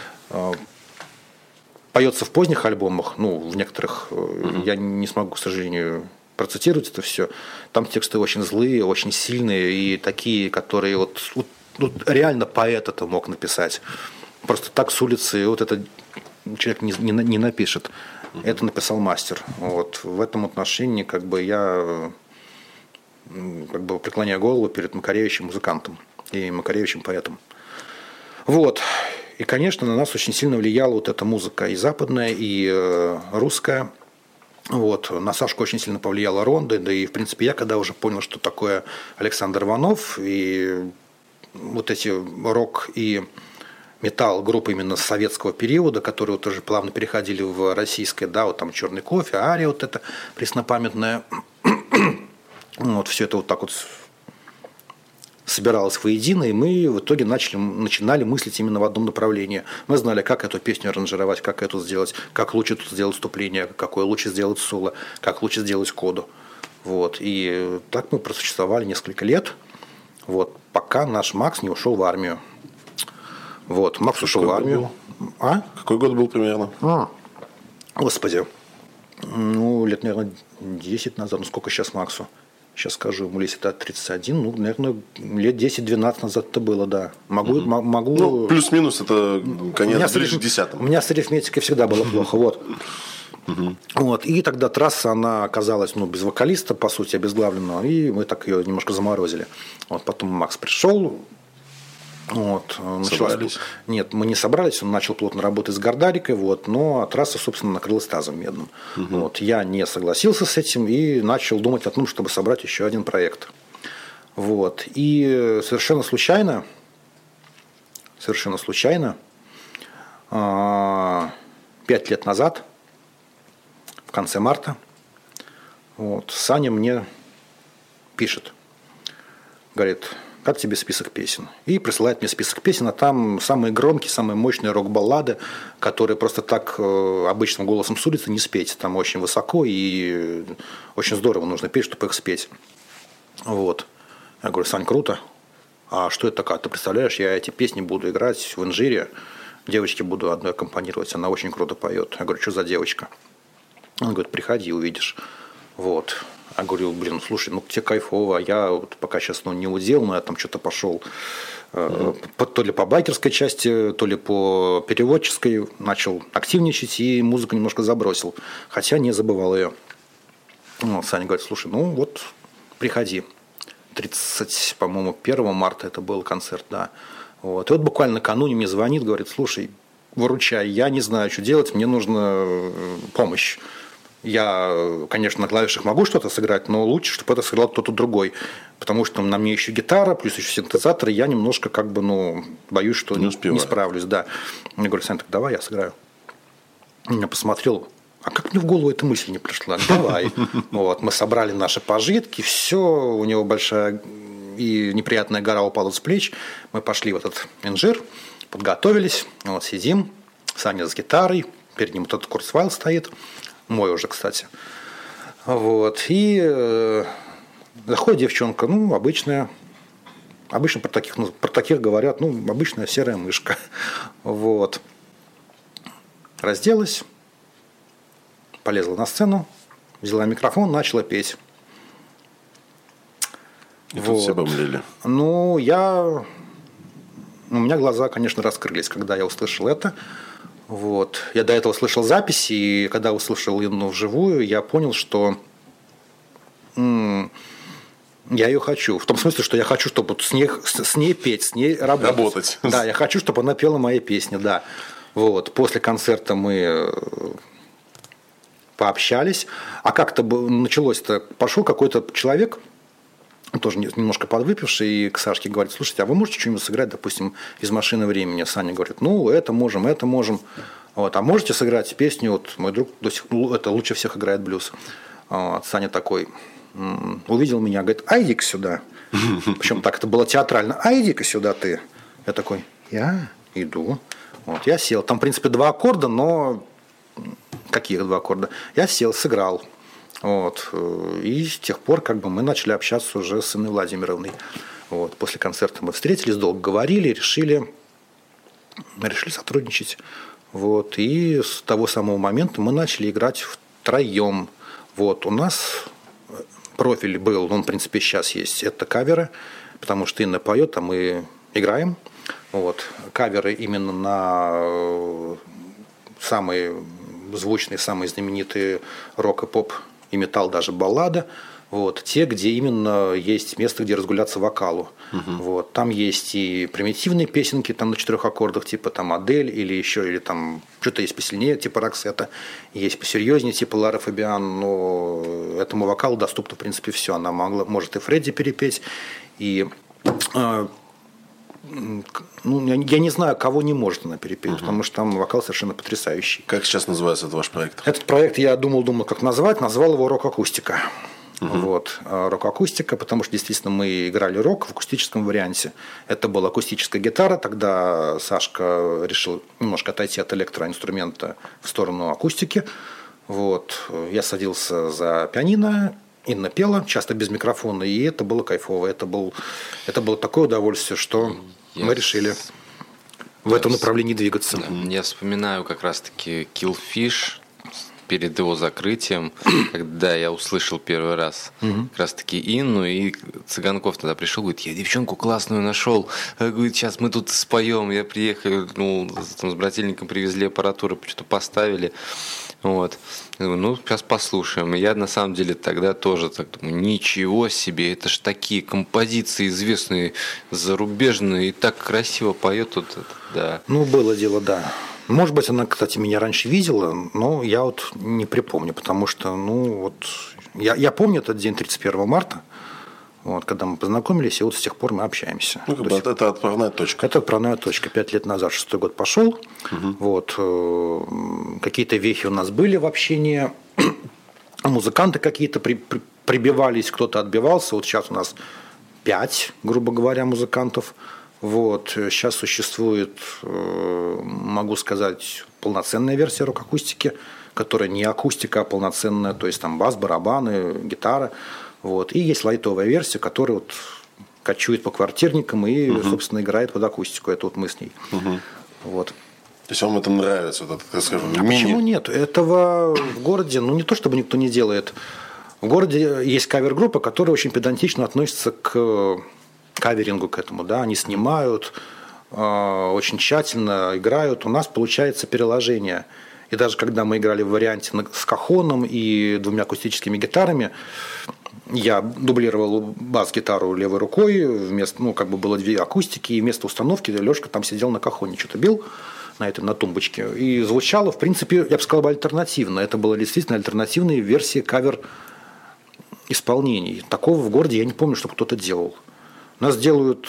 поется в поздних альбомах, ну, в некоторых, я не смогу, к сожалению, процитировать это все. Там тексты очень злые, очень сильные и такие, которые вот реально поэт это мог написать. Просто так с улицы вот этот человек не напишет. Это написал мастер. Вот. В этом отношении как бы я как бы преклоняю голову перед Макаревичем музыкантом и Макаревичем поэтом. Вот. И, конечно, на нас очень сильно влияла вот эта музыка и западная, и русская. Вот. На Сашку очень сильно повлияла Ронда. Да и, в принципе, я когда уже понял, что такое Александр Иванов, и вот эти рок и металл группы именно с советского периода, которые вот тоже плавно переходили в российское, да, вот там «Черный кофе», «Ария» вот это преснопамятная. Вот все это вот так вот собиралось воедино, и мы в итоге начинали мыслить именно в одном направлении. Мы знали, как эту песню аранжировать, как эту сделать, как лучше тут сделать вступление, какое лучше сделать соло, как лучше сделать коду. Вот. И так мы просуществовали несколько лет, вот, пока наш Макс не ушел в армию. Вот, Макс ушел в армию. Какой год был примерно? Господи. Ну, лет, наверное, 10 назад. Ну, сколько сейчас Максу? Сейчас скажу, ему если это 31, ну, наверное, лет 10-12 назад это было, да. Могу. Ну, плюс-минус это конец, ближе к 10-му. У меня с арифметикой всегда было плохо, вот. Вот. И тогда трасса, она оказалась, ну, без вокалиста, по сути, обезглавленного, и мы так ее немножко заморозили. Вот потом Макс пришел. Вот, собрались? Нет, мы не собрались, он начал плотно работать с Гордарикой, вот, но трасса, собственно, накрылась тазом медным. Вот, я не согласился с этим и начал думать о том, чтобы собрать еще один проект. Вот, и совершенно случайно, 5 лет назад, в конце марта, вот, Саня мне пишет, говорит: как тебе список песен? И присылает мне список песен, а там самые громкие, самые мощные рок-баллады, которые просто так обычным голосом с улицы не спеть. Там очень высоко и очень здорово нужно петь, чтобы их спеть. Вот. Я говорю: Сань, круто. А что это такое? Ты представляешь, я эти песни буду играть в инжире, девочке буду одной аккомпанировать, она очень круто поет. Я говорю: что за девочка? Он говорит: приходи, увидишь. Вот. Я говорю: блин, слушай, ну тебе кайфово, я вот пока сейчас не удел, но я там что-то пошел то ли по байкерской части, то ли по переводческой, начал активничать и музыку немножко забросил, хотя не забывал ее. Ну, Саня говорит: слушай, ну вот приходи. 30, по-моему, 1 марта это был концерт, да. Вот. И вот буквально накануне мне звонит, говорит: слушай, выручай, я не знаю, что делать, мне нужна помощь. Я, конечно, на клавишах могу что-то сыграть, но лучше, чтобы это сыграл кто-то другой. Потому что на мне еще гитара, плюс еще синтезатор, и я немножко как бы, ну, боюсь, что не справлюсь. Да. Я говорю: Сань, так давай я сыграю. Я посмотрел, а как мне в голову эта мысль не пришла? Давай. Вот, мы собрали наши пожитки, все, у него большая и неприятная гора упала с плеч. Мы пошли в этот инжир, подготовились, вот сидим, Саня с гитарой, перед ним вот этот курсвайл стоит. Мой уже, кстати. Вот. И заходит девчонка, ну, обычная. Обычно про таких говорят, ну, обычная серая мышка. Вот. Разделась, полезла на сцену, взяла микрофон, начала петь. И тут все обомлели. Ну, у меня глаза, конечно, раскрылись, когда я услышал это. Вот. Я до этого слышал записи, и когда услышал Инну вживую, я понял, что я ее хочу. В том смысле, что я хочу, чтобы с ней петь, с ней работать. Да, я хочу, чтобы она пела мои песни, да. Вот. После концерта мы пообщались. А как-то началось-то? Пошел какой-то человек, тоже немножко подвыпивший, и к Сашке говорит: слушайте, а вы можете что-нибудь сыграть, допустим, из «Машины времени»? Саня говорит: ну, это можем. Вот, а можете сыграть песню, вот мой друг это лучше всех играет блюз. Вот, Саня такой увидел меня, говорит, а иди-ка сюда. Причем так это было театрально. А иди-ка сюда ты. Я такой, я иду. Вот, я сел. Там, в принципе, 2 аккорда, но... Каких 2 аккорда? Я сел, сыграл. Вот. И с тех пор как бы мы начали общаться уже с Инной Владимировной. Вот. После концерта мы встретились, долго говорили, решили сотрудничать. Вот. И с того самого момента мы начали играть втроем. Вот. У нас профиль был, он, в принципе, сейчас есть, это каверы, потому что Инна поет, а мы играем. Вот. Каверы именно на самые звучные, самые знаменитые рок и поп и металл, даже баллада. Вот. Те, где именно есть место, где разгуляться вокалу. Вот. Там есть и примитивные песенки там, на 4 аккордах, типа там Адель, или еще, или там что-то есть посильнее, типа Роксета, есть посерьезнее, типа Лара Фабиан, но этому вокалу доступно, в принципе, все. Она может и Фредди перепеть, и я не знаю, кого не может она перепеть, потому что там вокал совершенно потрясающий. Как сейчас называется этот ваш проект? Этот проект я думал, как назвать, назвал его «Рок-акустика». Вот, рок-акустика, потому что действительно мы играли рок в акустическом варианте. Это была акустическая гитара, тогда Сашка решил немножко отойти от электроинструмента в сторону акустики. Вот. Я садился за пианино, Инна пела, часто без микрофона, и это было кайфово. Это было такое удовольствие, что мы решили в этом направлении двигаться. Я вспоминаю как раз-таки Killfish перед его закрытием, когда я услышал первый раз как раз-таки Инну, и Цыганков тогда пришел, говорит, я девчонку классную нашел, говорит, сейчас мы тут споем, я приехал, там, с брательником привезли аппаратуру, что-то поставили, вот. Я говорю, сейчас послушаем. И я на самом деле тогда тоже так думаю, ничего себе, это ж такие композиции известные, зарубежные, и так красиво поет тут, да. Было дело, да. Может быть, она, кстати, меня раньше видела, но я вот не припомню, потому что, я помню этот день 31 марта, вот, когда мы познакомились, и вот с тех пор мы общаемся. Это отправная точка. Это отправная точка. 5 лет назад, 6-й год пошел. Вот, какие-то вехи у нас были в общении. Музыканты какие-то прибивались, кто-то отбивался. Вот сейчас у нас 5, грубо говоря, музыкантов. Вот. Сейчас существует, могу сказать, полноценная версия рок-акустики, которая не акустика, а полноценная, то есть там бас, барабаны, гитара. Вот. И есть лайтовая версия, которая вот кочует по квартирникам и, собственно, играет под акустику. Это вот мы с ней. Вот. То есть вам это нравится? Вот это, скажем, почему нет? Этого в городе, не то чтобы никто не делает. В городе есть кавер-группа, которая очень педантично относится к каверингу, к этому. Да? Они снимают, очень тщательно играют. У нас получается переложение. И даже когда мы играли в варианте с кахоном и 2 акустическими гитарами, я дублировал бас-гитару левой рукой, вместо, было 2 акустики, и вместо установки Лёшка там сидел на кахоне, что-то бил на тумбочке. И звучало, в принципе, я бы сказал, альтернативно. Это была действительно альтернативная версия кавер-исполнений. Такого в городе я не помню, чтобы кто-то делал. У нас делают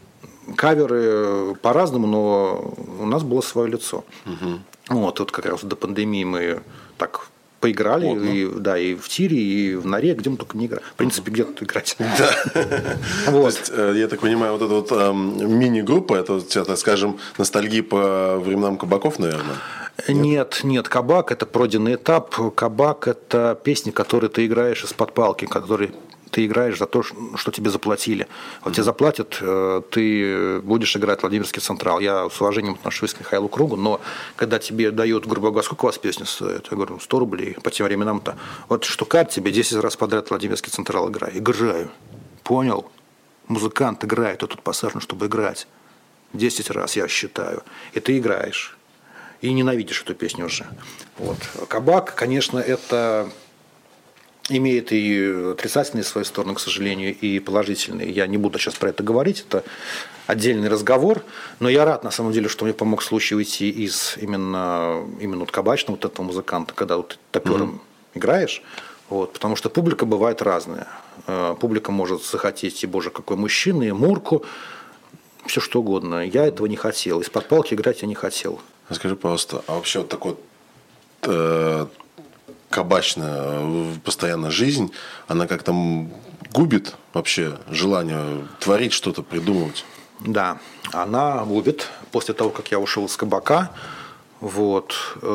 каверы по-разному, но у нас было свое лицо. Вот как раз до пандемии мы так поиграли, и в тире, и в норе, где мы только не играли. В принципе, где тут играть. Да. То есть, я так понимаю, вот эта мини-группа, это, так скажем, ностальгия по временам кабаков, наверное? Нет, Кабак – это пройденный этап. Кабак – это песни, которые ты играешь из-под палки, которые ты играешь за то, что тебе заплатили. Вот тебе заплатят, ты будешь играть Владимирский Централ. Я с уважением отношусь к Михаилу Кругу, но когда тебе дают, грубо говоря, сколько у вас песня стоит? Я говорю, 100 рублей. По тем временам-то. Вот штукарь тебе 10 раз подряд Владимирский Централ играй. Играю. Понял? Музыкант играет, а тут посажен, чтобы играть. 10 раз я считаю. И ты играешь. И ненавидишь эту песню уже. Вот. Кабак, конечно, это имеет и отрицательные свои стороны, к сожалению, и положительные. Я не буду сейчас про это говорить, это отдельный разговор, но я рад, на самом деле, что мне помог случай уйти из именно кабачного этого музыканта, когда вот топером играешь, потому что публика бывает разная. Публика может захотеть и, боже, какой мужчина, и Мурку, все что угодно. Я этого не хотел, из-под палки играть я не хотел. Скажи, пожалуйста, а вообще вот такой кабачная постоянно жизнь, она как-то губит вообще желание творить что-то, придумывать. Да, она губит. После того, как я ушел из кабака, вот,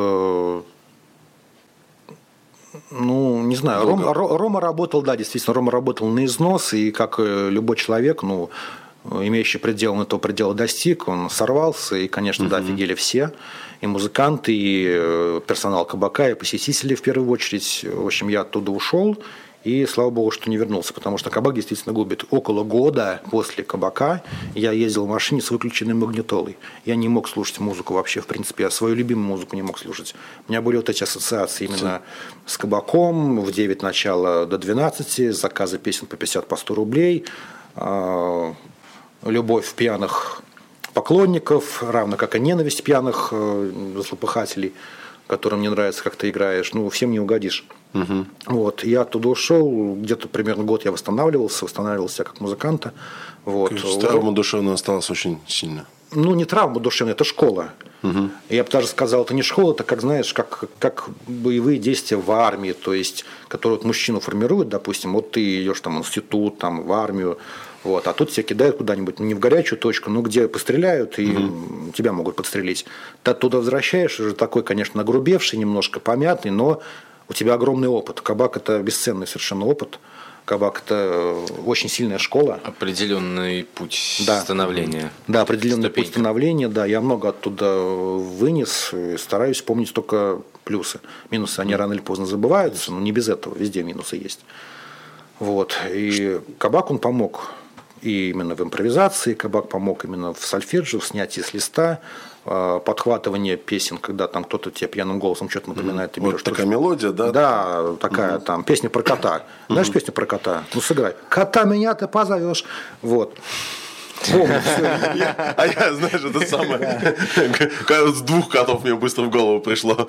ну, не знаю, Рома работал, да, действительно, Рома работал на износ, и как любой человек, ну, имеющий предел, он этого предела достиг, он сорвался, и, конечно, да, офигели все, и музыканты, и персонал кабака, и посетители в первую очередь. В общем, я оттуда ушел, и слава богу, что не вернулся, потому что кабак действительно губит. Около года после кабака я ездил в машине с выключенной магнитолой. Я не мог слушать музыку вообще, в принципе, я свою любимую музыку не мог слушать. У меня были вот эти ассоциации именно с кабаком, в 9 начала до 12, заказы песен по 50, по 100 рублей, любовь пьяных поклонников, равно как и ненависть пьяных злопыхателей, которым не нравится, как ты играешь. Ну, всем не угодишь. Вот. Я оттуда ушел, где-то примерно год я восстанавливался как музыканта. Вот. Травма душевная осталась очень сильно. Ну, не травма душевная, это школа. Я бы даже сказал, это не школа, это, как знаешь, как боевые действия в армии, то есть, которые вот мужчину формируют, допустим, вот ты идешь там в институт, там, в армию, вот, а тут тебя кидают куда-нибудь, не в горячую точку, но где постреляют, и тебя могут подстрелить. Ты оттуда возвращаешь, уже такой, конечно, нагрубевший, немножко помятый, но у тебя огромный опыт. Кабак – это бесценный совершенно опыт. Кабак – это очень сильная школа. Определенный путь становления. Да, определенный путь становления. Да, я много оттуда вынес. И стараюсь помнить только плюсы. Минусы, они рано или поздно забываются, но не без этого. Везде минусы есть. Вот. И кабак, он помог. И именно в импровизации. Кабак помог именно в сольфеджио, в снятии с листа, подхватывание песен, когда там кто-то тебе пьяным голосом что-то напоминает. Ты берешь, вот такая мелодия, да? Да, такая там песня про кота. Знаешь песню про кота? Ну, сыграй. Кота меня ты позовешь. Вот. Помню, все. Я, знаешь, это самое. С 2 котов мне быстро в голову пришло.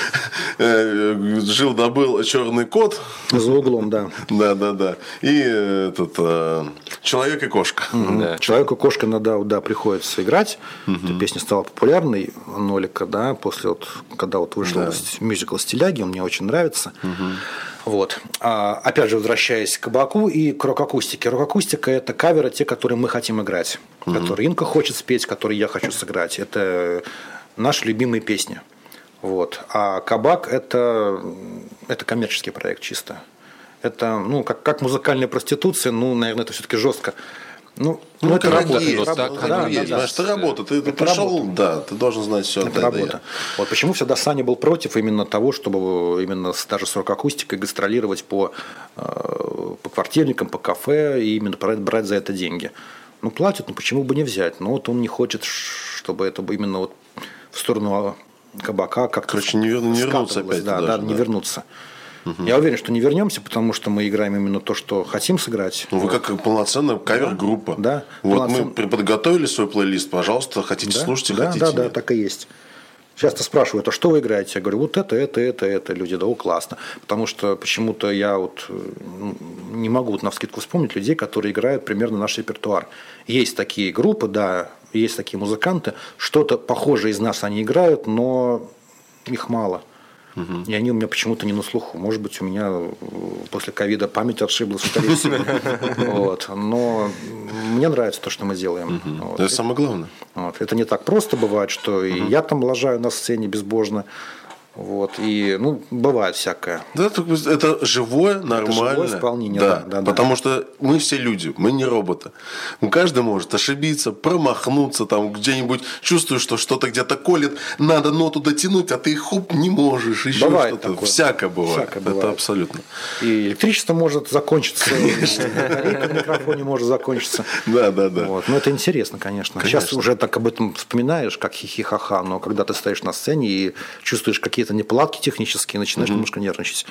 Жил-добыл черный кот. За углом, да. Да. И этот человек и кошка. Человеку и кошка иногда, да, приходится играть. Эта песня стала популярной, Нолика, да, после вот, когда вот вышел мюзикл «Стиляги», он мне очень нравится. Вот. Опять же, возвращаясь к кабаку и к рок-акустике. Рок-акустика – это каверы, те, которые мы хотим играть, которые Инка хочет спеть, которые я хочу сыграть. Это наши любимые песни. Вот. А кабак – это коммерческий проект чисто. Это, ну, как музыкальная проституция, ну, наверное, это все-таки жестко. Ну, это работа. Это работа. Ты пришел, да, ты должен знать все. Это работа. Вот почему всегда Саня был против именно того, чтобы именно даже с рок-акустикой гастролировать по квартирникам, по кафе и именно брать за это деньги. Ну, платят, ну почему бы не взять? Но вот он не хочет, чтобы это именно вот в сторону кабака как-то. Короче, не вернуться опять. Да, не вернуться. Я уверен, что не вернемся, потому что мы играем именно то, что хотим сыграть. Ну, вы как полноценная кавер-группа. Да. Вот мы подготовили свой плейлист, пожалуйста, хотите слушайте, хотите. Да, так и есть. Часто спрашивают, а что вы играете? Я говорю, вот это. Люди, да, классно. Потому что почему-то я вот не могу вот навскидку вспомнить людей, которые играют примерно наш репертуар. Есть такие группы, да, есть такие музыканты, что-то похожее из нас они играют, но их мало. И они у меня почему-то не на слуху. Может быть, у меня после ковида память отшиблась, скорее всего. Вот. Но мне нравится то, что мы делаем. Вот. Это самое главное. Вот. Это не так просто бывает, что и я там лажаю на сцене безбожно. Вот. И, ну, бывает всякое. Да, это живое, нормальное. Это живое исполнение, да. Потому что мы все люди, мы не роботы. Каждый может ошибиться, промахнуться, там где-нибудь чувствуешь, что что-то где-то колет, надо ноту дотянуть, а ты хоп, не можешь. Еще бывает что-то. Такое. Всякое бывает. Это абсолютно. И электричество может закончиться, батарейка в микрофоне может закончиться. Да. Вот. Но это интересно, конечно. Сейчас уже так об этом вспоминаешь, как хихи-ха-ха, но когда ты стоишь на сцене и чувствуешь какие-то неполадки технические, начинаешь немножко нервничать.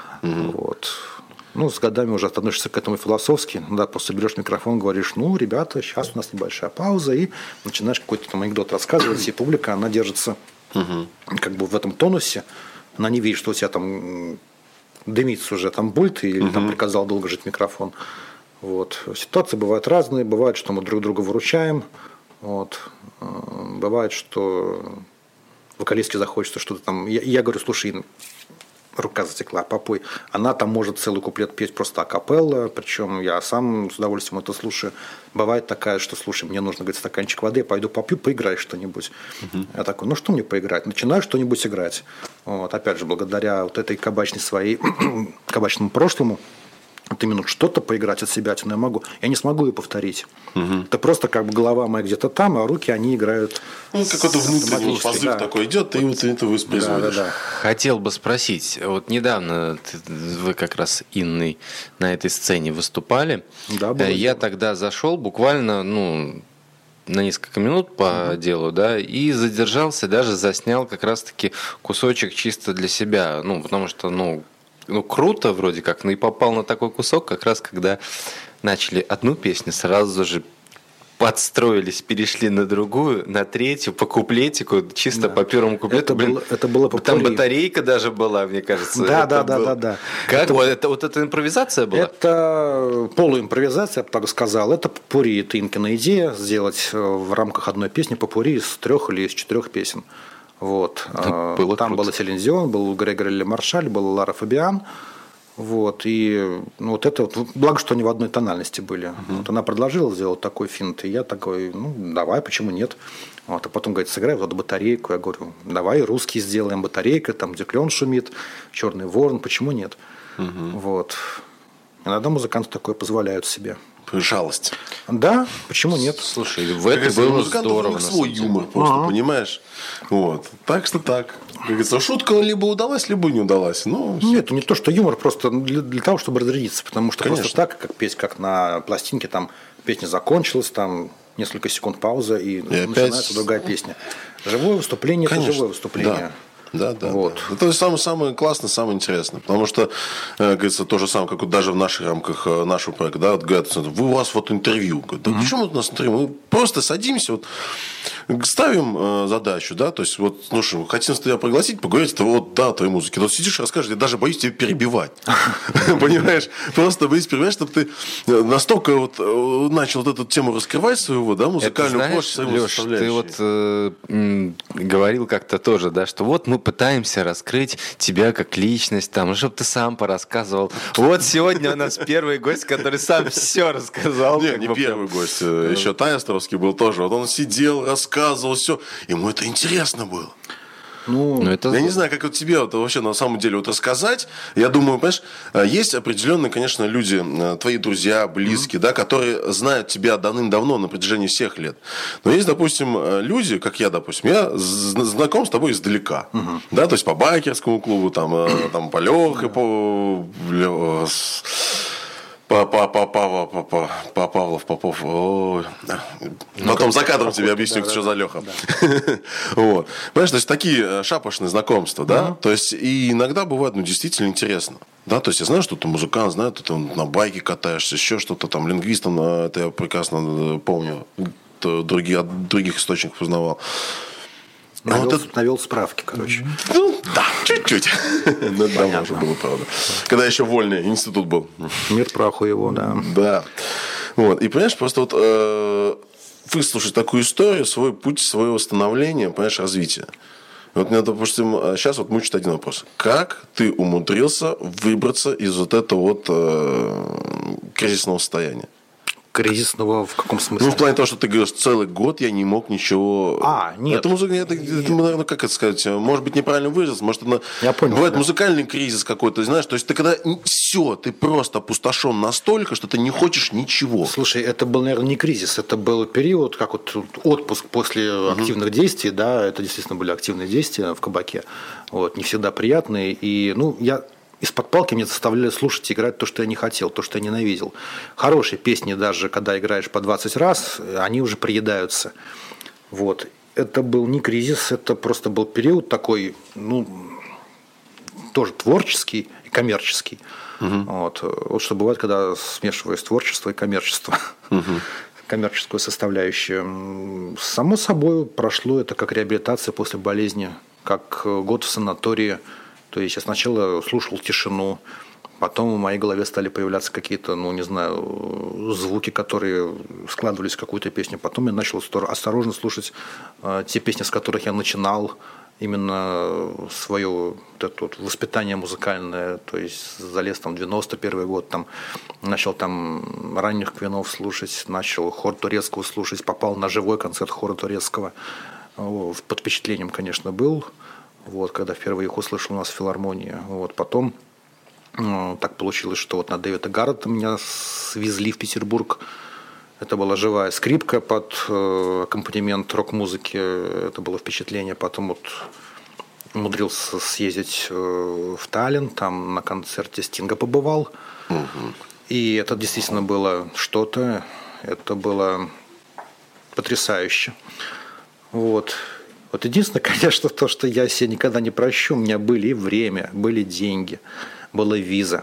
Вот. Ну, с годами уже относишься к этому философски. Да, просто берешь микрофон, говоришь, ну, ребята, сейчас у нас небольшая пауза, и начинаешь какой-то там анекдот рассказывать, и публика, она держится как бы в этом тонусе. Она не видит, что у тебя там дымится уже там пульт, или там приказал долго жить микрофон. Вот. Ситуации бывают разные. Бывает, что мы друг друга выручаем. Вот. Бывает, что вокалистке захочется что-то там. Я говорю, слушай, рука затекла, попой. Она там может целый куплет петь просто акапелла, причем я сам с удовольствием это слушаю. Бывает такая, что, слушай, мне нужно, говорит, стаканчик воды, я пойду попью, поиграй что-нибудь. Я такой, ну что мне поиграть? Начинаю что-нибудь играть. Вот, опять же, благодаря вот этой кабачной своей, кабачному прошлому, вот именно что-то поиграть от себя, я могу. Я не смогу ее повторить. Это просто как бы голова моя где-то там, а руки, они играют. Ну, какой-то внутренний позыв такой идет, и вот это воспроизводишь. Да. Хотел бы спросить, вот недавно вы как раз Инной на этой сцене выступали. Да, было я дело. тогда зашел буквально, на несколько минут по делу, да, и задержался, даже заснял как раз-таки кусочек чисто для себя. Потому что, круто вроде как, но и попал на такой кусок, как раз когда начали одну песню, сразу же подстроились, перешли на другую, на третью, по куплетику, чисто по первому куплету. Это было Там батарейка даже была, мне кажется. Да. Как? Это импровизация была? Это полуимпровизация, я бы так сказал. Это попурри, это Инкина идея сделать в рамках одной песни попурри из 3 или из 4 песен. Вот. Там был Селин Дион, был Грегори Ле Маршаль, был Лара Фабиан. Вот. И вот это, благо, что они в одной тональности были. Вот она предложила сделать такой финт, и я такой, давай, почему нет? Вот. А потом говорит, сыграй вот эту батарейку. Я говорю, давай русский сделаем, батарейка, там где клен шумит, черный ворон, почему нет? Вот. Иногда музыканты такое позволяют себе. Жалость. Да, почему нет? Слушай, в это было здорово. У них свой юмор просто, понимаешь? Вот. Так что так. Как говорится, шутка либо удалась, либо не удалась. Нет, не то, что юмор, просто для того, чтобы разрядиться. Потому что Конечно. просто так, как петь, как на пластинке, там песня закончилась, там несколько секунд пауза, и начинается опять... другая песня. Живое выступление – это живое выступление. Да. Вот. Да. Это самое классное, самое интересное. Потому что, говорится, то же самое, как вот даже в наших рамках нашего проекта, да, вот говорят, у вас вот интервью. Говорят, да почему у нас интервью? Мы просто садимся, вот, ставим задачу, да, то есть, вот, слушай, хотим тебя пригласить, поговорить о твоей музыке. Вот сидишь, расскажешь, я даже боюсь тебя перебивать. Понимаешь? Просто боюсь перебивать, чтобы ты настолько вот начал вот эту тему раскрывать своего, да, музыкальную площадь, своего Леш, ты вот говорил как-то тоже, да, что вот мы пытаемся раскрыть тебя как личность, там, чтобы ты сам порассказывал. Вот сегодня у нас первый гость, который сам все рассказал. Не первый гость, еще Таня Островский был тоже. Вот он сидел, рассказывал, все. Ему это интересно было. Я не знаю, как вот тебе вот вообще на самом деле вот рассказать. Я думаю, понимаешь, есть определенные, конечно, люди, твои друзья, близкие, да, которые знают тебя давным-давно на протяжении всех лет. Но есть, допустим, люди, как я, допустим, я знаком с тобой издалека. Да, то есть по байкерскому клубу, там по Лехе, по Павлов, Попов. Потом за кадром тебе объясню, что за Леха. Вот. Понимаешь, то есть такие шапошные знакомства, да? То есть и иногда бывает, действительно интересно. Да, то есть я знаю, что ты музыкант, знаю, ты там на байке катаешься, еще что-то там, лингвистом, это я прекрасно помню, от других источников узнавал. Навел справки, короче. Да, чуть-чуть. Давно уже было, правда. Когда еще вольный институт был. Мир праху его, да. Да. Вот. И понимаешь, просто вот выслушать такую историю, свой путь, свое восстановление, понимаешь, развитие. Вот меня, допустим, сейчас вот мучит один вопрос. Как ты умудрился выбраться из вот этого вот кризисного состояния? Кризисного в каком смысле? В плане того, что ты говоришь, целый год я не мог ничего... Нет. Это музыка, наверное, как это сказать, может быть, неправильно выразиться, может, это я понял, бывает музыкальный кризис какой-то, знаешь, то есть ты когда все, ты просто опустошен настолько, что ты не хочешь ничего. Слушай, это был, наверное, не кризис, это был период, как вот отпуск после активных действий, да, это действительно были активные действия в кабаке, вот, не всегда приятные, и, я... Из-под палки меня заставляли слушать и играть то, что я не хотел, то, что я ненавидел. Хорошие песни, даже когда играешь по 20 раз, они уже приедаются. Вот. Это был не кризис, это просто был период такой, тоже творческий и коммерческий. Вот что бывает, когда смешиваешь творчество и коммерчество. Коммерческую составляющую. Само собой прошло это как реабилитация после болезни, как год в санатории. То есть я сначала слушал тишину, потом в моей голове стали появляться какие-то, звуки, которые складывались в какую-то песню. Потом я начал осторожно слушать те песни, с которых я начинал, именно свое вот это вот воспитание музыкальное, то есть залез там в 91 год, там, начал там ранних Квинов слушать, начал хор турецкого слушать, попал на живой концерт хора турецкого. Под впечатлением, конечно, был, вот, когда впервые их услышал у нас в филармонии. Вот, потом так получилось, что вот на Дэвида Гаррета меня свезли в Петербург. Это была живая скрипка под аккомпанемент рок-музыки. Это было впечатление. Потом вот умудрился съездить в Таллин, там на концерте Стинга побывал. И это действительно было что-то. Это было потрясающе. Вот. Вот единственное, конечно, то, что я себе никогда не прощу, у меня были и время, были деньги, была виза.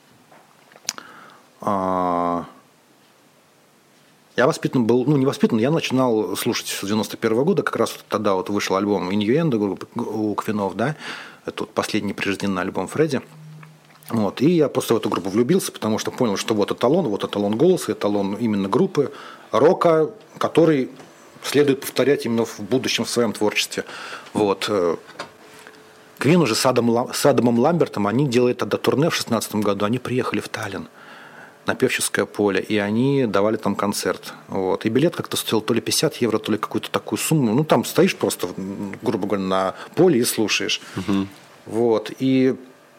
Я воспитан был, ну не воспитан, я начинал слушать с 91 года, как раз вот тогда вот вышел альбом «Иньюэндо» у Квинов, да, это вот последний прежденный альбом Фредди. Вот, и я просто в эту группу влюбился, потому что понял, что вот эталон голоса, эталон именно группы рока, который следует повторять именно в будущем в своем творчестве. Вот. Квин уже с Адамом Ламбертом, они делали тогда турне в 2016 году, они приехали в Таллин на Певческое поле, и они давали там концерт. Вот. И билет как-то стоил то ли 50 евро, то ли какую-то такую сумму. Ну, там стоишь просто, грубо говоря, на поле и слушаешь. Вот. И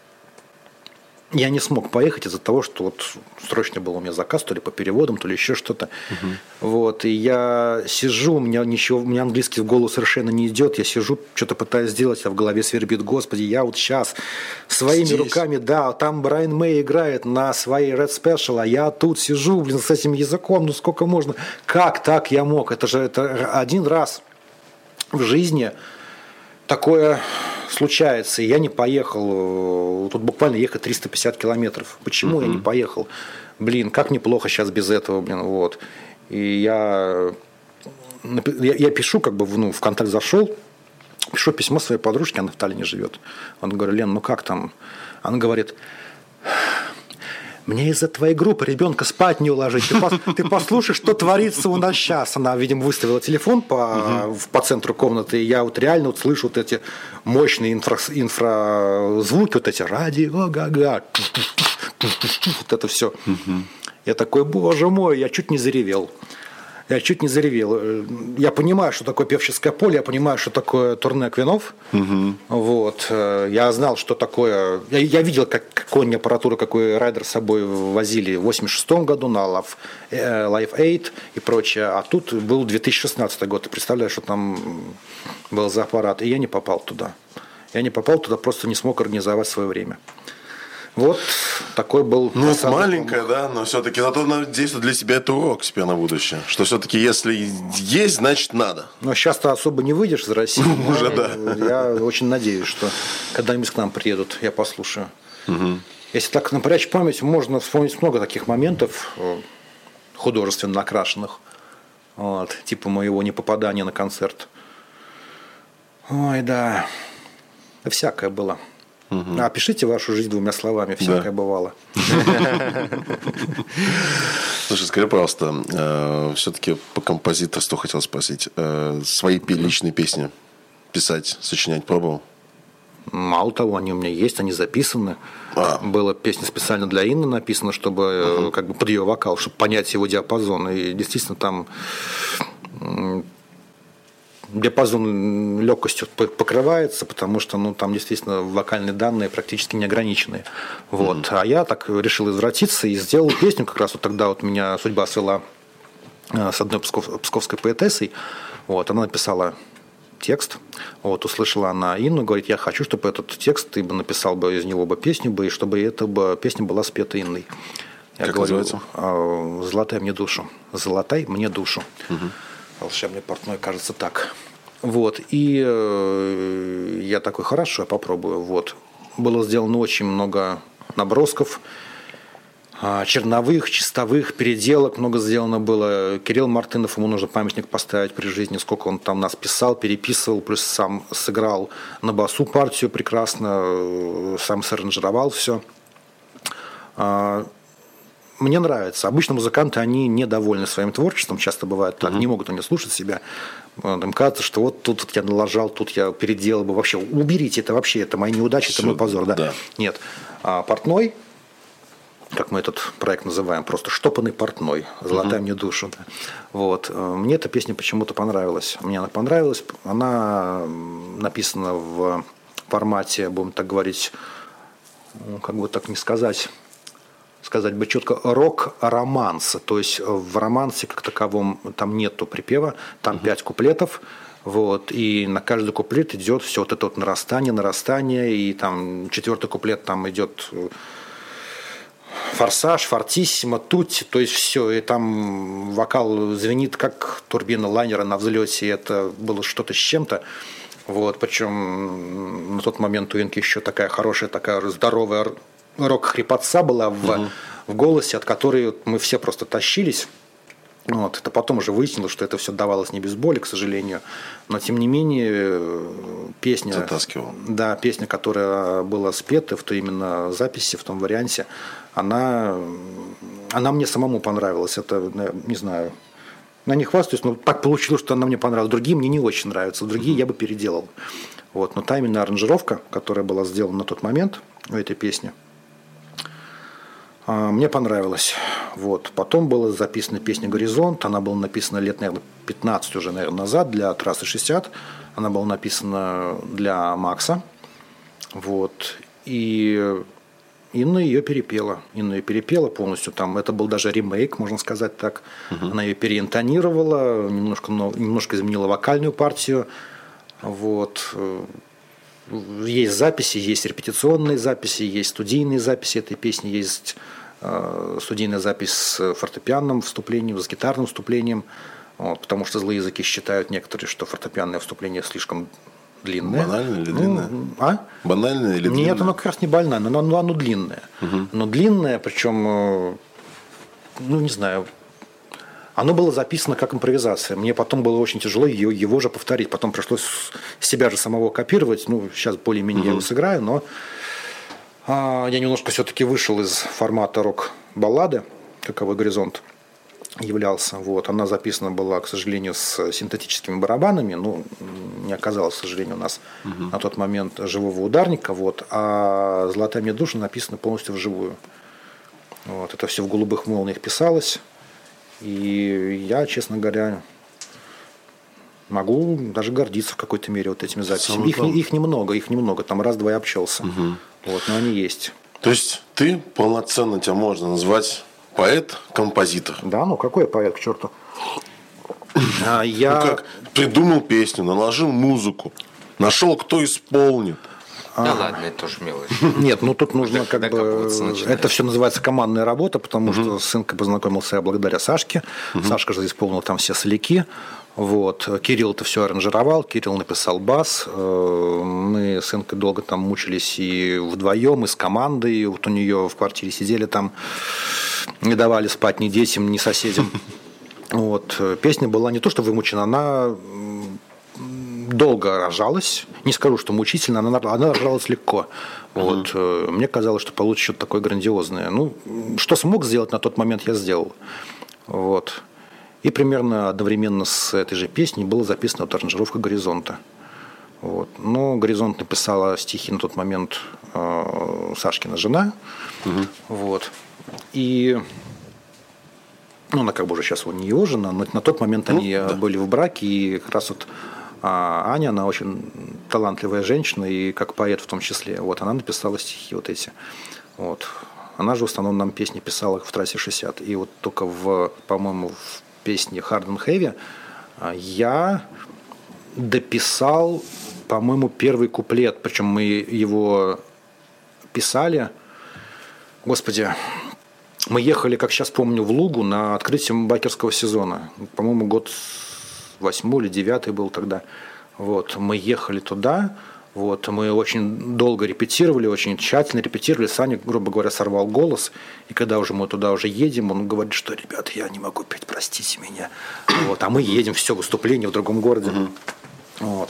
я не смог поехать из-за того, что вот срочно был у меня заказ, то ли по переводам, то ли еще что-то. Вот. И я сижу, у меня английский в голову совершенно не идет. Я сижу, что-то пытаюсь сделать, а в голове свербит: Господи, я вот сейчас своими руками, да, там Брайан Мэй играет на своей Red Special, а я тут сижу, блин, с этим языком, ну сколько можно? Как так я мог? Это один раз в жизни такое случается, и я не поехал. Тут буквально ехать 350 километров. Почему я не поехал? Блин, как неплохо сейчас без этого, блин, вот. И я пишу, как бы, ну, в контакт зашел, пишу письмо своей подружке, она в Таллине живет. Он говорит: Лен, ну как там? Она говорит: мне из-за твоей группы ребенка спать не уложить. Ты послушай, что творится у нас сейчас. Она, видимо, выставила телефон по центру комнаты, и я вот реально вот слышу вот эти мощные инфразвуки, вот эти радио, га-га, вот это все. Я такой: боже мой, я чуть не заревел. Я понимаю, что такое Певческое поле, я понимаю, что такое турне Квинов. Вот. Я знал, что такое. Я видел, какую аппаратуру, какой райдер с собой возили в 1986 году на Live 8 и прочее. А тут был 2016 год. Ты представляешь, что там был за аппарат. И я не попал туда. Просто не смог организовать свое время. Вот такой был. Ну, это маленькое, да, но все-таки зато, надеюсь, для себя это урок себе на будущее. Что все-таки, если есть, значит надо. Но сейчас-то особо не выйдешь из России. Уже, да. Я очень надеюсь, что когда-нибудь к нам приедут, я послушаю. Если так напрячь память, можно вспомнить много таких моментов художественно окрашенных. Вот, типа моего непопадания на концерт. Ой, да. Всякое было. Опишите вашу жизнь двумя словами. Всякое бывало. Слушай, скажи, пожалуйста, все-таки по композиторству хотел спросить. Свои личные песни писать, сочинять пробовал? Мало того, они у меня есть, они записаны. Была песня специально для Инны написана, чтобы как бы под ее вокал, чтобы понять его диапазон. И действительно там диапазон легкостью покрывается, потому что там действительно вокальные данные практически неограниченные. Вот. А я так решил извратиться и сделал песню. Как раз вот тогда вот меня судьба свела с одной псковской поэтессой. Вот. Она написала текст. Вот. Услышала она Инну, говорит: я хочу, чтобы этот текст ты бы написал бы из него бы песню, и чтобы эта песня была спета Инной. Я как говорю: называется? «Золотай мне душу». «Золотай мне душу». «Волшебный портной», кажется, так. Вот. И я такой: хорошо, я попробую. Вот. Было сделано очень много набросков, черновых, чистовых, переделок много сделано было. Кирилл Мартынов, ему нужно памятник поставить при жизни, сколько он там нас писал, переписывал, плюс сам сыграл на басу партию прекрасно, сам саранжировал все. мне нравится. Обычно музыканты, они недовольны своим творчеством, часто бывает так, не могут они слушать себя. Им кажется, что вот тут я налажал, тут я переделал бы. Вообще, уберите это вообще, это мои неудачи, это мой позор. Да. Нет. А портной, как мы этот проект называем, просто штопанный портной, золотая мне душу. Да. Вот. Мне эта песня почему-то понравилась. Мне она понравилась. Она написана в формате, будем так говорить, как бы так не сказать бы четко, рок-романса. То есть в романсе как таковом там нету припева, там 5 куплетов. Вот, и на каждый куплет идет все вот это вот нарастание, и там 4-й куплет там идет форсаж, фортиссимо, тутти, то есть все, и там вокал звенит как турбина лайнера на взлете, и это было что-то с чем-то. Вот, причем на тот момент у Инки еще такая хорошая, такая здоровая рок-хрипотца была в голосе, от которой мы все просто тащились. Вот. Это потом уже выяснилось, что это все давалось не без боли, к сожалению. Но тем не менее песня, затаскивала. Да, песня, которая была спета в той именно записи, в том варианте, она мне самому понравилась. Это, не знаю, я не хвастаюсь, но так получилось, что она мне понравилась. Другие мне не очень нравятся, другие я бы переделал. Вот. Но та именно аранжировка, которая была сделана на тот момент у этой песни, мне понравилось. Вот. Потом была записана песня «Горизонт». Она была написана лет, наверное, 15 уже, назад для «Трассы 60». Она была написана для Макса. Вот. И Инна ее перепела. Инна ее перепела полностью. Там, это был даже ремейк, можно сказать так. Она ее переинтонировала, немножко изменила вокальную партию. Вот. Есть записи, есть репетиционные записи, есть студийные записи этой песни, есть студийная запись с фортепианным вступлением, с гитарным вступлением, вот, потому что злые языки считают некоторые, что фортепианное вступление слишком длинное. Банальное или длинное? Банальное или длинное? Нет, оно как раз не больное, но оно длинное. Но длинное, причем, не знаю, оно было записано как импровизация. Мне потом было очень тяжело его же повторить. Потом пришлось себя же самого копировать. Сейчас более-менее я его сыграю, но я немножко все-таки вышел из формата рок-баллады, каковой «Горизонт» являлся. Вот. Она записана была, к сожалению, с синтетическими барабанами. Не оказалось, к сожалению, у нас на тот момент живого ударника. Вот. А «Золотая мне душа» написана полностью вживую. Вот. Это все в голубых молниях писалось. И я, честно говоря, могу даже гордиться в какой-то мере вот этими записями. Их немного. Там раз-два я общался. Вот, но они есть. То есть ты полноценно, тебя можно назвать поэт-композитор? Да, какой поэт, к черту. Как? Придумал песню, наложил музыку, нашел, кто исполнит. Да ладно, это тоже мелочь. Нет, тут нужно это все называется командная работа, потому что с Инкой познакомился я благодаря Сашке. Сашка же исполнил там все соляки. Вот. Кирилл это все аранжировал, Кирилл написал бас. Мы с Инкой долго там мучились и вдвоем, и с командой. Вот у нее в квартире сидели там, не давали спать ни детям, ни соседям. Вот. Песня была не то что вымучена, она долго рожалась. Не скажу, что мучительно, она рожалась легко. Вот. Мне казалось, что получится что-то такое грандиозное. Что смог сделать на тот момент, я сделал. Вот. И примерно одновременно с этой же песней была записана аранжировка «Горизонта». Вот. Но «Горизонт» написала стихи на тот момент Сашкина жена. Вот. И она как бы уже сейчас не его жена, но на тот момент они были в браке. И как раз вот Аня, она очень талантливая женщина, и как поэт в том числе. Вот, она написала стихи вот эти. Вот. Она же в основном нам песни писала в «Трассе 60». И вот только по-моему, в песне «Hard and Heavy» я дописал, по-моему, первый куплет. Причем мы его писали. Господи, мы ехали, как сейчас помню, в Лугу на открытие байкерского сезона. По-моему, год 8 или 9 был тогда. Вот, мы ехали туда. Вот, мы очень долго репетировали, очень тщательно репетировали. Саня, грубо говоря, сорвал голос. И когда уже мы туда уже едем, он говорит, что, ребята, я не могу петь, простите меня. Вот, а мы едем, все, выступление в другом городе. Вот.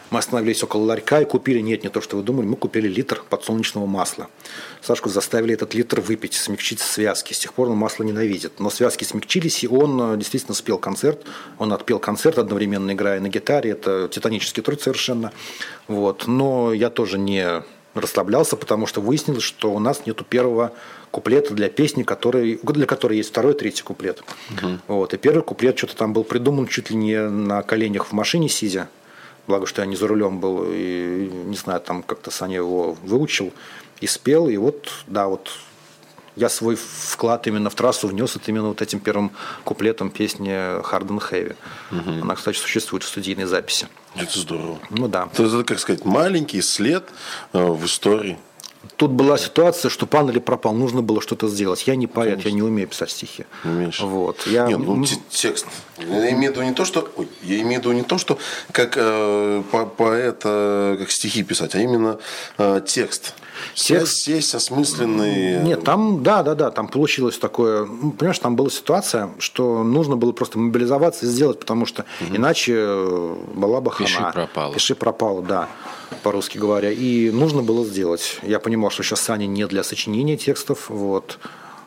Мы остановились около ларька и купили, не то, что вы думали, мы купили литр подсолнечного масла. Сашку заставили этот литр выпить, смягчить связки. С тех пор он масло ненавидит. Но связки смягчились, и он действительно спел концерт. Он отпел концерт, одновременно играя на гитаре. Это титанический труд совершенно. Вот. Но я тоже не расслаблялся, потому что выяснилось, что у нас нету первого куплета для песни, для которой есть второй, третий куплет. Вот. И первый куплет что-то там был придуман чуть ли не на коленях в машине сидя. Благо, что я не за рулем был, и, не знаю, там как-то Саня его выучил и спел. И вот, да, вот я свой вклад именно в трассу внес это именно вот этим первым куплетом песни «Hard and Heavy». Она, кстати, существует в студийной записи. Это здорово. Ну да. То есть это, как сказать, маленький след в истории. Тут была ситуация, что пан или пропал, нужно было что-то сделать. Я не поэт, я не умею писать стихи. Вот. Нет, текст. Я имею в виду не то, что как поэт, как стихи писать, а именно текст. Сесть осмысленный. Нет, там, да, там получилось такое, понимаешь, там была ситуация, что нужно было просто мобилизоваться и сделать, потому что иначе была бы хана. Пиши пропало, да, по-русски говоря. И нужно было сделать. Я понимал, что сейчас Саня не для сочинения текстов, вот.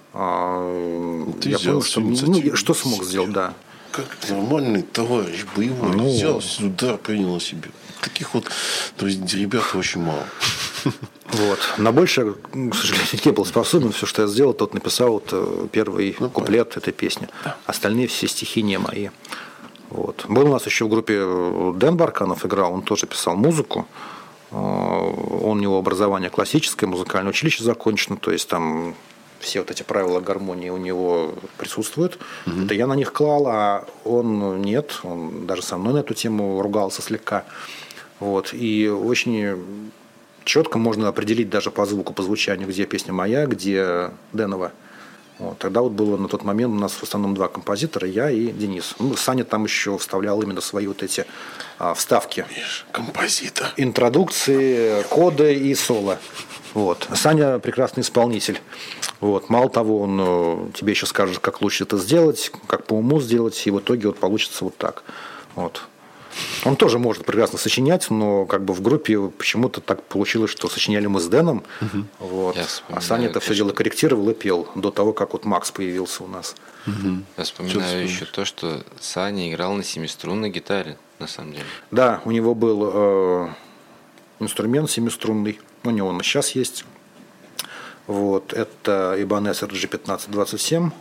Ты я понял, что смог сделать, да. Как нормальный товарищ боевой взял удар, принял на себе. Таких вот, то есть, ребят очень мало. Вот. На большее, к сожалению, не был способен. Все, что я сделал, тот написал вот первый куплет этой песни. Остальные все стихи не мои. Вот. Был у нас еще в группе Дэн Барканов играл, он тоже писал музыку. У него образование классическое, музыкальное училище закончено, то есть там все вот эти правила гармонии у него присутствуют. Это я на них клал, а он нет. Он даже со мной на эту тему ругался слегка. Вот. И очень четко можно определить даже по звуку, по звучанию, где песня моя, где Дэнова. Вот. Тогда вот было на тот момент у нас в основном два композитора, я и Денис. Саня там еще вставлял именно свои вот эти вставки. Композитор. Интродукции, коды и соло. Вот. Саня прекрасный исполнитель. Вот. Мало того, он тебе еще скажет, как лучше это сделать, как по уму сделать, и в итоге вот получится вот так. Вот. Он тоже может прекрасно сочинять, но как бы в группе почему-то так получилось, что сочиняли мы с Дэном, вот. А Саня это все дело корректировал и пел до того, как вот Макс появился у нас. Я вспоминаю еще то, что Саня играл на семиструнной гитаре, на самом деле. Да, у него был инструмент семиструнный, у него он и сейчас есть. Вот, это Ibanez RG1527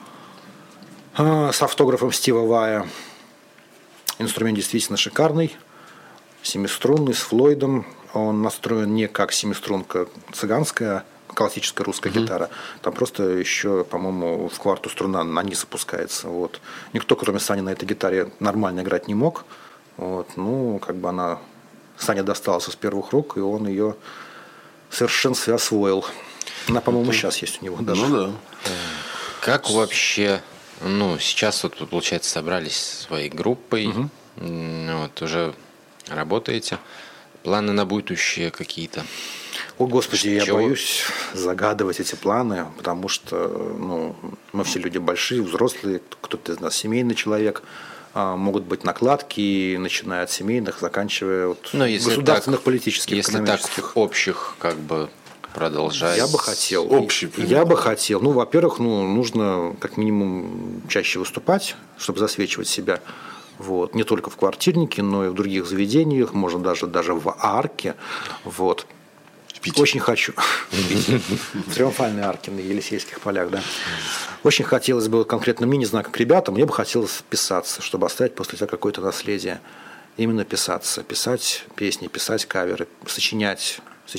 с автографом Стива Вая. Инструмент действительно шикарный, семиструнный, с Флойдом. Он настроен не как семиструнка цыганская, классическая русская гитара. Там просто еще, по-моему, в кварту струна на низ опускается. Вот. Никто, кроме Сани, на этой гитаре нормально играть не мог. Вот. Ну, как бы она... Саня досталась из первых рук, и он ее в совершенстве освоил. Она, по-моему, сейчас есть у него даже. Ну да. Как вообще... Ну, сейчас вот, получается, собрались своей группой, вот, уже работаете. Планы на будущее какие-то? О, Господи, я боюсь загадывать эти планы, потому что ну, мы все люди большие, взрослые, кто-то из нас семейный человек. Могут быть накладки, начиная от семейных, заканчивая от государственных, политических, экономических. Если так общих, как бы... Продолжать. Я бы хотел. Ну, во-первых, нужно как минимум чаще выступать, чтобы засвечивать себя. Вот. Не только в квартирнике, но и в других заведениях, можно даже в арке. Вот. Очень хочу. В Триумфальной арке на Елисейских полях, да. Очень хотелось бы, конкретно мне, не знаю, как ребятам, мне бы хотелось писаться, чтобы оставить после себя какое-то наследие. Именно писаться. Писать песни, писать каверы, сочинять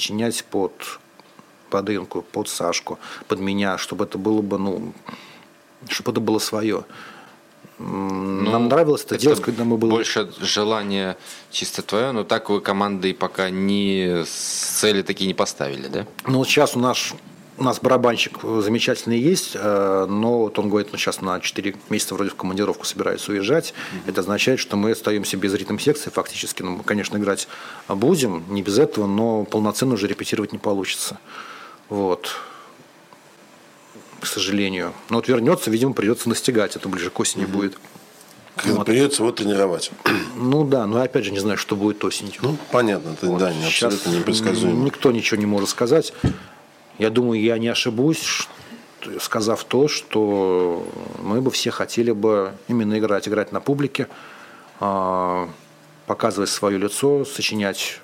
под Инку, под Сашку, под меня, чтобы это было бы, чтобы это было свое. Нам нравилось это делать, когда мы были... Больше желание чисто твое, но так вы командой пока цели такие не поставили, да? Ну, сейчас у нас барабанщик замечательный есть, но вот он говорит, сейчас на 4 месяца вроде в командировку собирается уезжать. Это означает, что мы остаемся без ритм-секции фактически. Мы, конечно, играть будем, не без этого, но полноценно уже репетировать не получится. Вот. К сожалению. Но вот вернется, видимо, придется настигать. Это ближе к осени будет. Когда придется его тренировать. Ну да, но опять же не знаю, что будет осенью. Ну, понятно, это Вот. да, абсолютно непредсказуемо. Никто ничего не может сказать. Я думаю, я не ошибусь, сказав то, что мы бы все хотели бы именно играть на публике, показывать свое лицо, сочинять,